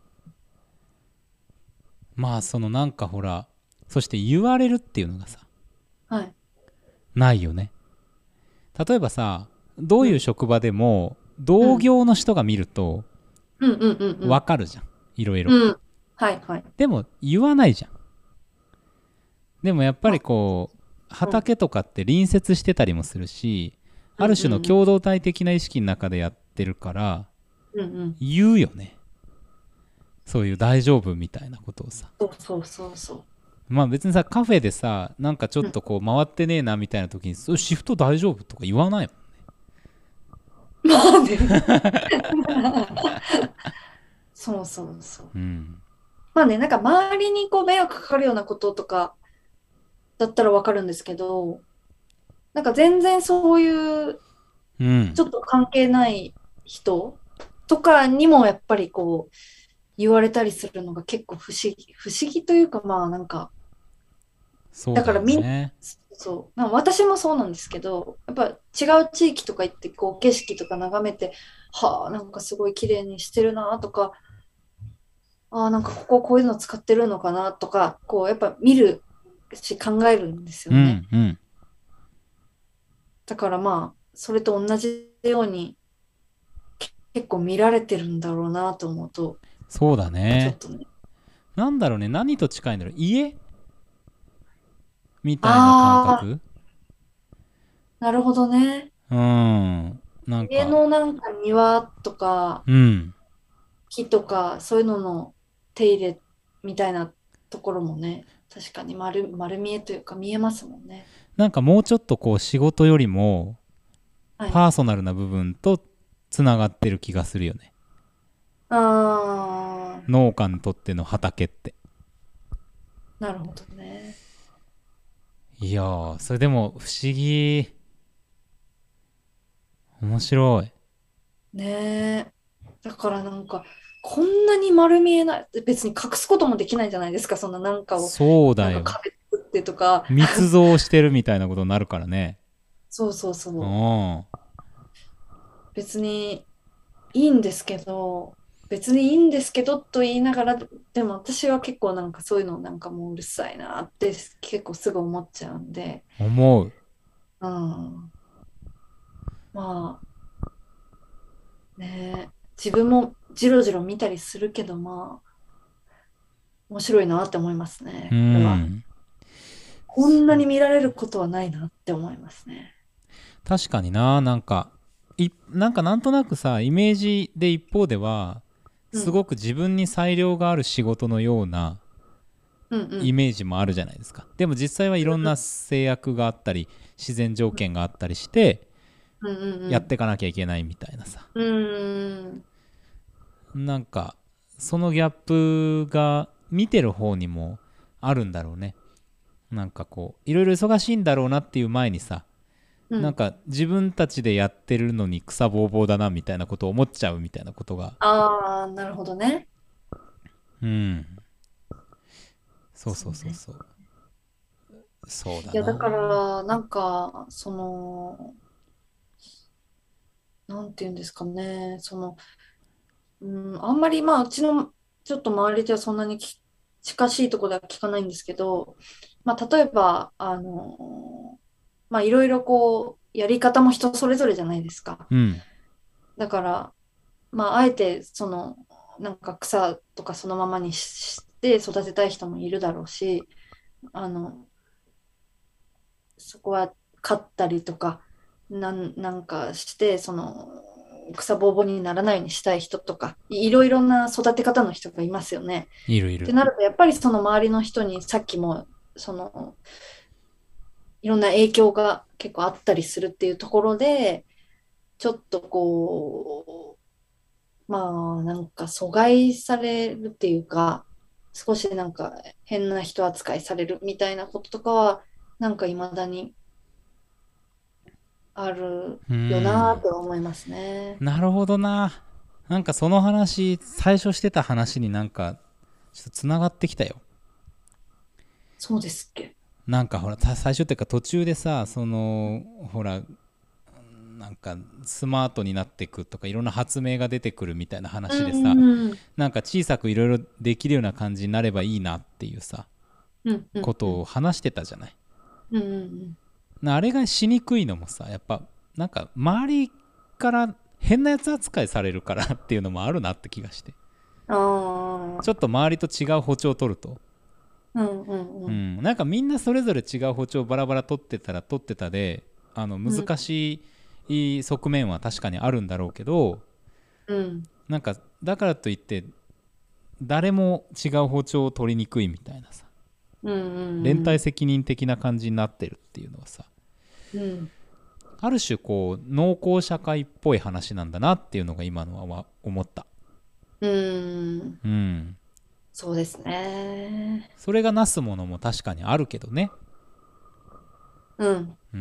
B: まあ、そのなんかほら、そして言われるっていうのがさ、
A: はい。
B: ないよね。例えばさ、どういう
A: うん。
B: 職場でも、
A: うん。
B: 同業の人が見ると、
A: うんうんうんうん。
B: わかるじゃん。いろいろ。
A: うん。はいはい。
B: でも、言わないじゃん。でもやっぱり
A: あ、
B: こう、
A: うん。
B: 畑とかって隣接してたりもするし、
A: うんう
B: ある種の
A: んうん。
B: 共同体的な意識の中でやってるから、
A: うんうん。
B: 言うよね。そういう大丈夫みたいなことをさ。
A: そうそうそうそ
B: まあ別にさ、カフェでさ、なんかちょっ
A: う。うん。
B: とこう回ってねえなみたいな時に、そうシフト大丈夫とか言わないもん。
A: まあね。そうそうそう。
B: うん。
A: まあね、なんか周りにこう迷惑かかるようなこととかだったらわかるんですけど、なんか全然そういう
B: うん。
A: ちょっと関係ない人とかにもやっぱりこう言われたりするのが結構不思議、不思議というかまあなんか、
B: そうだ
A: だからみん、
B: よね。
A: そう、まあ私もそうなんですけど、やっぱ違う地域とか行ってこう景色とか眺めて、はあ、なんかすごい綺麗にしてるなとか、ああ、なんかこここういうの使ってるのかなとか、こうやっぱ見るし考えるんです
B: う
A: よね。
B: んうん。
A: だからまあ、それと同じように、 結構見られてるんだろうなと思うと、
B: そうだね。
A: ちょっとね。
B: なんだろうね、何と近いんだろう、家みたいな感
A: ああ、
B: 覚。
A: なるほどね。
B: うん。なんか、
A: 家のなんか庭とか
B: うん。
A: 木とかそういうのの手入れみたいなところもね、確かに丸、丸見えというか見えますもんね。
B: なんかもうちょっとこう仕事よりも
A: はい。
B: パーソナルな部分とつながってる気がするよね。
A: ああ、
B: 農家にとっての畑って。
A: なるほどね。
B: いやー、それでも不思議。面白い。
A: ねえ。だからなんか、こんなに丸見えない、別に隠すこともできないじゃないですか、そんななんかを、
B: そうだよ。
A: なんか壁作ってとか。
B: 密造してるみたいなことになるからね。
A: そうそう
B: う
A: そう。
B: ん。
A: 別にいいんですけど、別にいいんですけどと言いながら、でも私は結構なんかそういうのなんかもううるさいなって結構すぐ思っちゃうんで、
B: 思う。
A: うん。まあね、自分もジロジロ見たりするけど、まあ面白いなって思います
B: う
A: ね、これは。
B: ん。
A: こんな
B: そう。
A: に見られることはないなって思いますね。
B: 確かにな、なんか、い、なんかなんとなくさ、イメージで一方では、
A: うん。
B: すごく自分に裁量がある仕事のような
A: うんうん。
B: イメージもあるじゃないですか。でも実際はいろんな制約があったり、自然条件があったりして、
A: うんうんうん。
B: やっていかなきゃいけないみたいなさ。
A: うーん。
B: なんか、そのギャップが見てる方にもあるんだろうね。なんかこう、いろいろ忙しいんだろうなっていう前にさ、
A: うん。
B: なんか自分たちでやってるのに草ぼうぼうだなみたいなことを思っちゃうみたいなことが、
A: ああ、なるほどね。
B: うん、そう
A: そうね。
B: そうそうそう、そうだ
A: いや、だか
B: な。
A: ら、なんか、その、なんていうんですかね、その、うん、あんまり、まあ、うちのちょっと周りではそんなにき近しいところでは聞かないんですけど、まあ、例えば、あの、まあ、いろいろこう、やり方も人それぞれじゃないですか。
B: うん、
A: だから、まあ、あえて、その、なんか草とかそのままにしして育てたい人もいるだろうし、あの、そこは刈ったりとか、なん、なんかして、その、草ぼうぼうにならないようにしたい人とか、いろいろな育て方の人がいますよね。
B: いるいる。
A: ってなると、やっぱりその周りの人にさっきも、その、いろんな影響が結構あったりするっていうところで、ちょっとこう、まあ、なんか阻害されるっていうか、少しなんか変な人扱いされるみたいなこととかは、なんか未だにある
B: う
A: よな
B: ん、
A: とは思いますね。
B: なるほどな。なんかその話、最初してた話になんかちょっとつながってきたよ。
A: そうですっけ。
B: なんかほら、最初っていうか途中でさ、そのほら、なんかスマートになっていくとかいろんな発明が出てくるみたいな
A: う
B: 話でさ、
A: ん、うん、
B: なんか小さくいろいろできるような感じになればいいなっていうさ、
A: うん、うん、
B: ことを話してたじゃない。
A: うん、うん、
B: なあれがしにくいのもさ、やっぱなんか周りから変なやつ扱いされるからっていうのもあるなって気がして、
A: ああ、
B: ちょっと周りと違う歩調を取ると、
A: うん、うん、うん、
B: うん、なんかみんなそれぞれ違う歩調をバラバラ取ってたら取ってたで、あの
A: うん、
B: 難しい側面は確かにあるんだろうけど、
A: うん、
B: なんかだからといって誰も違う歩調を取りにくいみたいなさ、
A: うん、
B: 連帯
A: うん、
B: 責任的な感じになってるっていうのはさ、
A: うん、
B: ある種こう農耕社会っぽい話なんだなっていうのが今のは思った。
A: うん、
B: うん。
A: そうですね。
B: それがなすものも確かにあるけどね。
A: うん、
B: うん。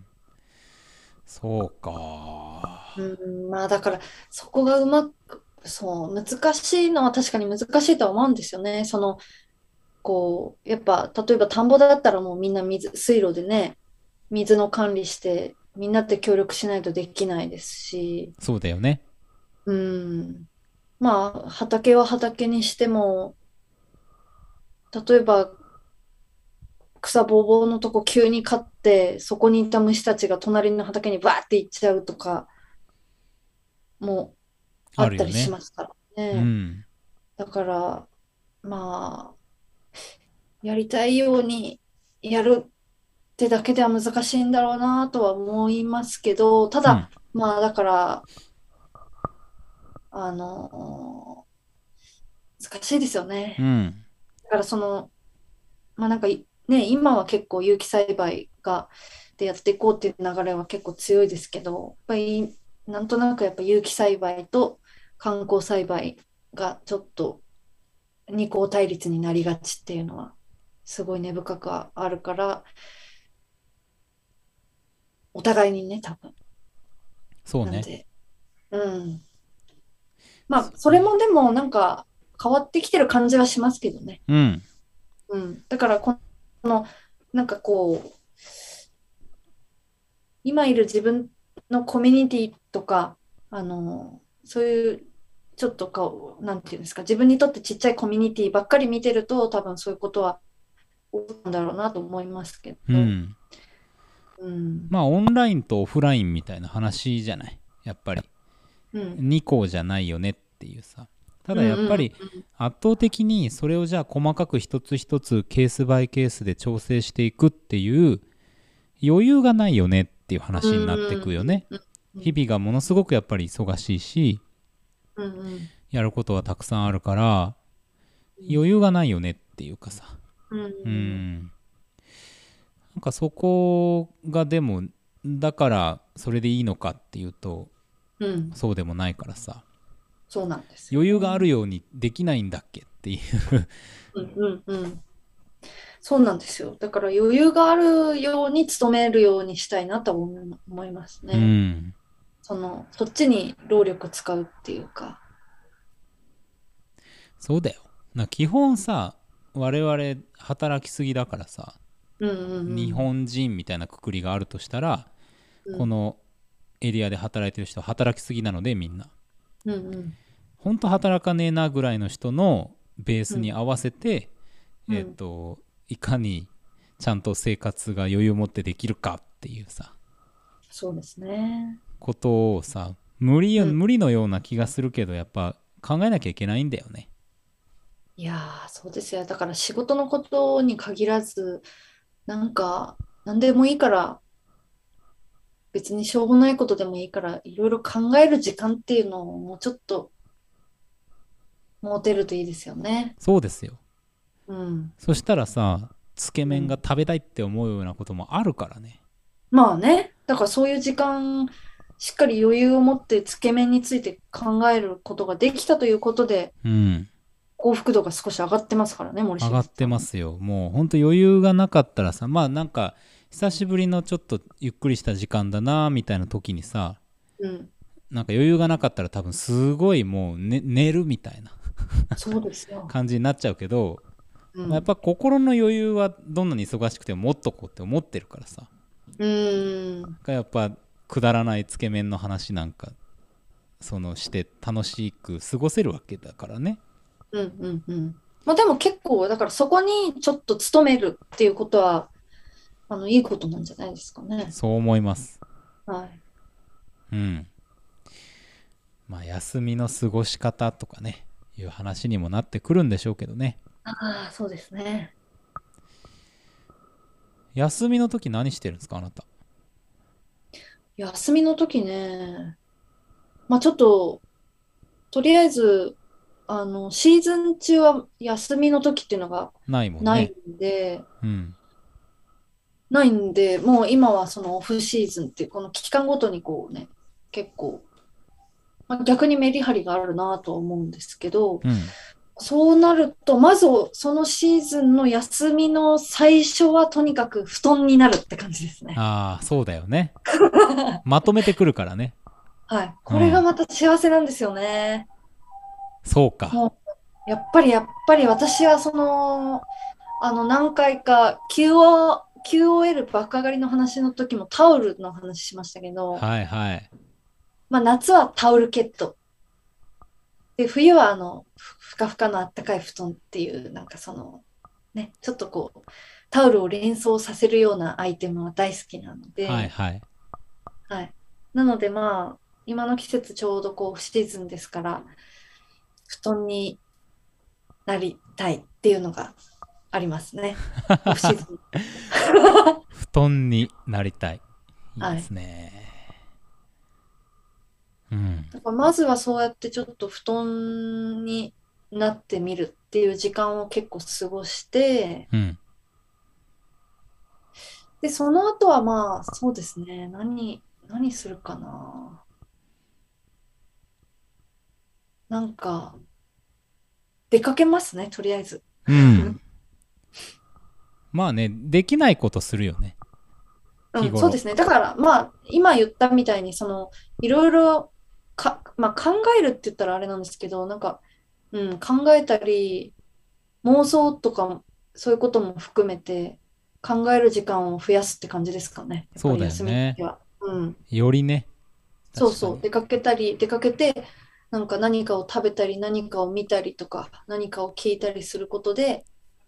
B: そうか。
A: うん、まあだから、そこがうまく、そう、難しいのは確かに難しいとは思うんですよね。その、こう、やっぱ、例えば田んぼだったらもうみんな水、水路でね、水の管理して、みんなで協力しないとできないですし、
B: そうだよね。
A: うん。まあ、畑は畑にしても、例えば草ぼうぼうのとこ急に刈って、そこにいた虫たちが隣の畑にバーって行っちゃうとかもあったりし
B: あるよね。
A: ますから
B: う
A: ね。
B: ん。
A: だから、まあ、やりたいようにやるってだけでは難しいんだろうなとは思いますけど、た
B: うん。
A: だ、まあ、だから、あの難しいですよね。
B: うん。
A: だからその、まあなんかいね、今は結構有機栽培が、でやっていこうっていう流れは結構強いですけど、やっぱりなんとなくやっぱ有機栽培と観光栽培がちょっと二項対立になりがちっていうのはすごい根深くあるから、お互いにね、多分。
B: そうね。
A: なんで、うん。まあ、それ
B: そうね。
A: もでもなんか変わってきてる感じはしますけどね。
B: うん。
A: うん。だからこの、なんかこう、今いる自分のコミュニティとか、あの、そういうちょっとこう、なんていうんですか、自分にとってちっちゃいコミュニティばっかり見てると、多分そういうことは起こるんだろうなと思いますけど、
B: うん。
A: うん、
B: まあ、オンラインとオフラインみたいな話じゃない。やっぱり。
A: うん、
B: に項じゃないよねっていうさ。た
A: うん、うん、
B: だやっぱり圧倒的にそれをじゃあ細かく一つ一つケースバイケースで調整していくっていう余裕がないよねっていう
A: う
B: 話になってくよ
A: ん、
B: ね。
A: うん、うん、
B: 日々がものすごくやっぱり忙しいし、
A: うん、
B: やることはたくさんあるから
A: うん、
B: 余裕がないよねっていうかさ。
A: う
B: う
A: ん、
B: ん。なんかそこがでも、だからそれでいいのかっていうと
A: うん、
B: そうでもないからさ。
A: そうなんですよ
B: 余裕がある
A: ね。
B: ようにできないんだっけっていう。
A: うん、うん、うん。そうなんですよ。だから余裕があるように努めるようにしたいなと思い思います
B: う
A: ね。
B: ん。
A: その、そっちに労力使うっていうか。
B: そうだよ。な基本さ、我々働きすぎだからさ、
A: うんうん
B: 日本人みたいなくくりがあるとしたら、
A: うん。
B: このエリアで働いてる人は働きすぎなのでみんな。
A: うんうん
B: ほんと働かねえなぐらいの人のベースに
A: うん
B: 合わせて、えっ、
A: うん。
B: と、いかにちゃんと生活が余裕を持ってできるかっていうさ、
A: そうですね。
B: ことをさ、無理
A: うん。
B: 無理のような気がするけど、やっぱ考えなきゃいけないんだよね。
A: いやー、そうですよ。だから仕事のことに限らず、なんか、なんでもいいから、別にしょうもないことでもいいから、いろいろ考える時間っていうのをもうちょっと持てるといいですよね。
B: そうですよ。
A: うん。
B: そしたらさ、つけ麺が
A: うん。
B: 食べたいって思うようなこともあるからね。
A: まあね。だからそういう時間、しっかり余裕を持ってつけ麺について考えることができたということで、
B: うん。
A: 幸福度が少し上がってますからね、森
B: 上がって
A: 進さんも。
B: ますよ。もうほんと余裕がなかったらさ、まあなんか、久しぶりのちょっとゆっくりした時間だなみたいな時にさ、
A: うん。
B: なんか余裕がなかったら多分すごいもう、ね、寝るみたいな
A: そうですよ。
B: 感じになっちゃうけど、まあ、やっ
A: うん。
B: ぱ心の余裕はどんなに忙しくても持っとこうって思ってるからさ。
A: うーん。
B: やっぱくだらないつけ麺の話なんかそのして楽しく過ごせるわけだからね。
A: うんうんうん。まあでも結構、だからそこにちょっと努めるっていうことは、あの、いいことなんじゃないですかね。
B: そう思います。
A: はい。
B: うん。まあ休みの過ごし方とかねいう話にもなってくるんでしょうけどね。
A: ああ、そうですね。
B: 休みの時何してるんですかあなた？
A: 休みの時ね、まあちょっと、とりあえず、あの、シーズン中は休みの時っていうのが
B: ないもん
A: ない
B: ね。
A: んで、
B: うん。
A: ないんで、もう今はそのオフシーズンっていう、この期間ごとにこうね、結構、まあ、逆にメリハリがあるなとは思うんですけど、
B: うん。
A: そうなると、まずそのシーズンの休みの最初はとにかく布団になるって感じですね。
B: ああそうだよね。まとめてくるからね。
A: はい。これが
B: うん。
A: また幸せなんですよね。
B: そうか。
A: もう、やっぱりやっぱり私はその、あの何回か キューオー、キューオーエル 爆上がりの話の時もタオルの話しましたけど、
B: はいはい。
A: まあ夏はタオルケット。で、冬はあの、ふふかふかのあったかい布団っていう、なんかその、ね、ちょっとこう、タオルを連想させるようなアイテムは大好きなので、
B: はいはい。
A: はい。なのでまあ、 今の季節ちょうどこうシーズンですから、布団になりたいっていうのがありますね。オフシーズン。
B: 布団になりたい。いいです
A: はい。
B: ね。うん。
A: だからまずはそうやってちょっと布団になってみるっていう時間を結構過ごして、
B: うん。
A: で、その後はまあ、そうですね。何、何するかな。なんか、出かけますね、とりあえず。
B: うん。まあね、できないことするよね。日
A: うん、そう
B: 頃。
A: ですね。だから、まあ、今言ったみたいに、その、いろいろか、まあ、考えるって言ったらあれなんですけど、なんか、うん、考えたり、妄想とか、そういうことも含めて、考える時間を増やすって感じですかね。やっ
B: そうだよ
A: ぱり休みの
B: ね。
A: 日は。うん。
B: よりね。
A: そうそう。
B: 確かに。
A: 出かけたり、出かけて、なんか何かを食べたり、何かを見たりとか、何かを聞いたりすることで、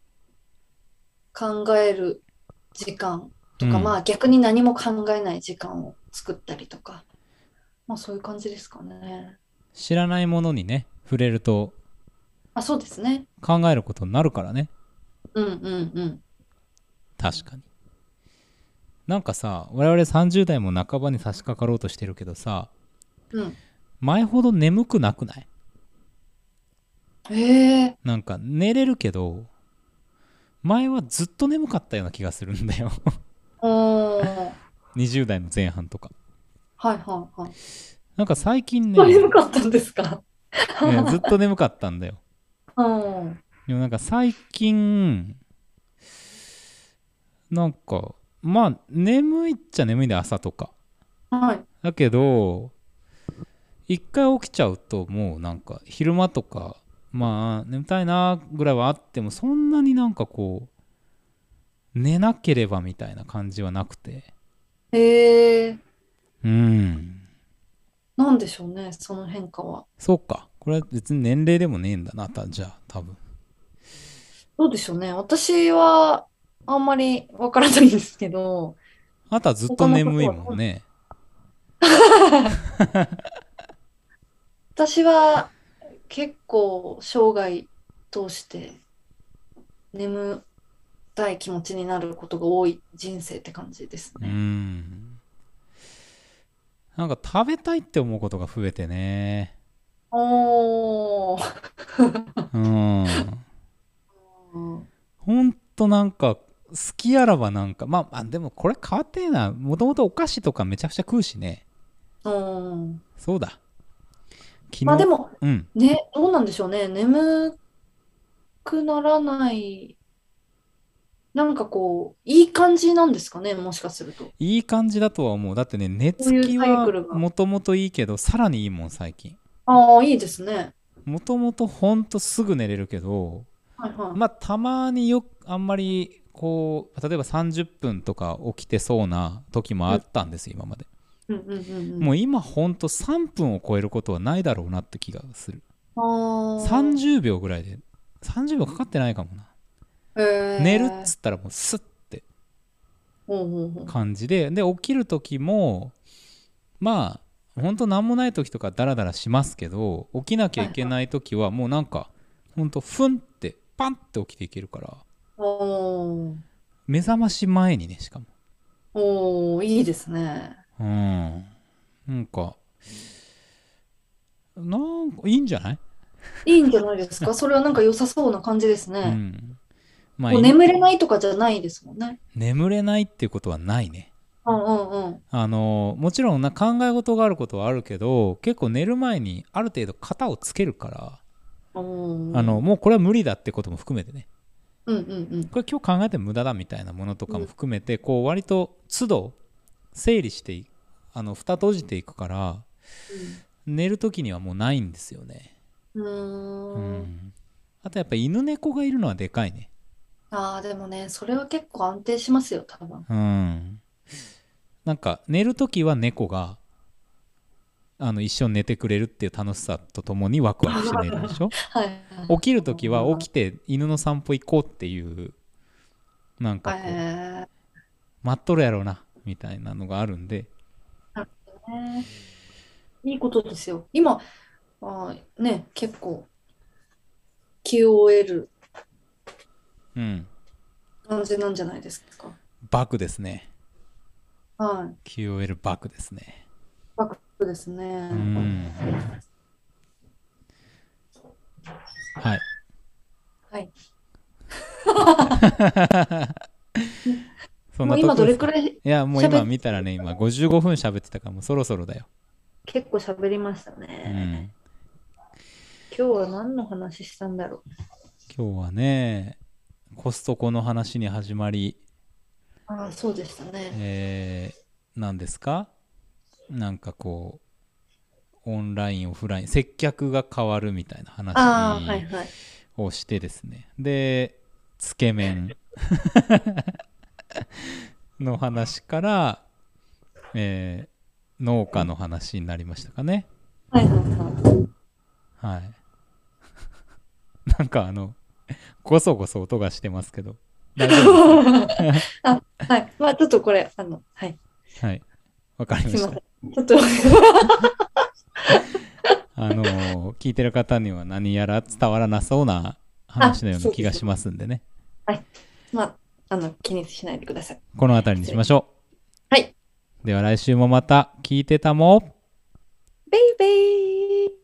A: 考える時間とか、ま
B: うん。
A: あ逆に何も考えない時間を作ったりとか、まあそういう感じですかね。
B: 知らないものにね、触れると
A: あ、そうですね。
B: 考えることになるからね。
A: うんうんうん。
B: 確かに。なんかさ、我々さんじゅう代も半ばに差し掛かろうとしてるけどさ、
A: うん。
B: 前ほど眠くなくない？
A: へえ。
B: なんか寝れるけど、前はずっと眠かったような気がするんだよ。
A: おー。
B: にじゅう代の前半とか。
A: はいはいはい。
B: なんか最近
A: 眠
B: ね、
A: かったんですか？
B: ねずっと眠かったんだよ。
A: うん。
B: でもなんか最近、なんか、まあ眠いっちゃ眠いんだよ、朝とか。
A: はい。
B: だけど、一回起きちゃうともうなんか昼間とか、まあ眠たいなぐらいはあっても、そんなになんかこう、寝なければみたいな感じはなくて。
A: へえ。
B: うん。
A: なんでしょうね、その変化は。
B: そうか。これは別に年齢でもねえんだな、たじゃあ、多分。
A: どうでしょうね。私はあんまりわからないんですけど、
B: あなたはずっと
A: 他の
B: 眠い
A: 方はどう。
B: もんね。
A: 私は結構生涯通して眠たい気持ちになることが多い人生って感じです
B: うー
A: ね。
B: ん。なんか食べたいって思うことが増えてね。
A: おー。
B: うーん。
A: うん。
B: ほんとなんか、好きあらばなんか、まあ、あでもこれ変わってえな。もともとお菓子とかめちゃくちゃ食うしね。
A: うん。
B: そうだ。昨日、
A: まあでも、
B: うん。
A: ね、どうなんでしょうね。眠くならない、なんかこう、いい感じなんですかね、もしかすると。
B: いい感じだとは思う。だってね、寝つ
A: そういうサイク
B: きは
A: ルが。
B: もともといいけど、さらにいいもん、最近。
A: ああ、いいですね。
B: もともとほんとすぐ寝れるけど、
A: はいは
B: まあたまによくあんまりこう例えばさんじゅっぷんとか起きてそうな時も
A: い。うん、
B: あったんですよ、今まで。
A: うん、うん、うん。
B: もう今ほんとさんぷんを超えることはないだろうなって気がする。
A: うん。あ
B: さんじゅうびょうぐらいで、さんじゅうびょうかかってないかもな。
A: あ、へ
B: 寝るっ
A: え。
B: つったらもうスッて
A: ほうほうほう。
B: 感じで、で起きる時もまあほんと何もない時とかダラダラしますけど、起きなきゃいけ
A: はいはい。
B: ない時はもうなんかほんとふんってパンって起きていけるから、
A: おー。
B: 目覚まし前にね、しかも。
A: おー、いいですね。
B: うん。なんか、なんかいいんじゃない？
A: いいんじゃないですか。それはなんか良さそうな感じですね。
B: うん。まあ、
A: こう
B: い
A: 眠れないとかじゃないですもんね。
B: 眠れないっていうことはないね。
A: うんうんうん。
B: あの、もちろんな考え事があることはあるけど、結構寝る前にある程度型をつけるから、
A: お
B: あの、
A: ー。
B: もうこれは無理だってことも含めてね。
A: うんうんうん。
B: これ今日考えて無駄だみたいなものとかも
A: うん
B: 含めて、こう割と都度整理していあの、蓋閉じていくから、寝るときにはもうないんですよね。
A: う
B: う
A: ん。うーん。
B: ん。あとやっぱ犬猫がいるのはでかいね。
A: ああ、でもね、それは結構安定しますよ、多分。
B: うん。なんか寝るときは猫があの一緒に寝てくれるっていう楽しさとともにワクワクして寝るでしょ。
A: はい。
B: 起きるときは起きて犬の散歩行こうっていうなんか
A: は
B: こう
A: い。
B: 待っとるやろうなみたいなのがあるんで、
A: なるほどね。 いいことですよ。今、あーね、結構 キューオーエル
B: うん。
A: 感じなんじゃないですか。
B: バクですね。
A: はい。
B: キューオーエル バクですね。
A: バックです
B: う
A: ね。
B: ん。はい。
A: はい。
B: そんなと
A: もう今ど
B: こですか。
A: れくらい
B: いや、もう今
A: 喋っ、
B: 見たらね、今ごじゅうごふん喋ってたからもうそろそろだよ。
A: 結構喋りました
B: うん。
A: ね。今日は何の話したんだろう。
B: 今日はね、コストコの話に始まり、
A: ああ、そうでしたね。
B: えー、何ですかなんかこう、オンライン、オフライン、接客が変わるみたいな
A: ああ、はい
B: 話
A: はい。
B: をしてですね。で、つけ麺の話から、えー、農家の話になりましたかね。
A: はいはいはい。
B: はい。なんかあの、ゴソゴソ音がしてますけど、大丈夫ですか？
A: あ、はい。まあ、ちょっとこれ、あの、はい。
B: はい。わかりました。
A: すいません。ちょっと
B: あのー聞いてる方には何やら伝わらなそうな話
A: あ、
B: のような気がし
A: そうですね。
B: ますんでね。
A: はい。まあ、あの、気にしないでください。
B: この辺りに
A: 失礼。
B: しましょ
A: はい。
B: う。では来週もまた聞いてたも。
A: ベイベー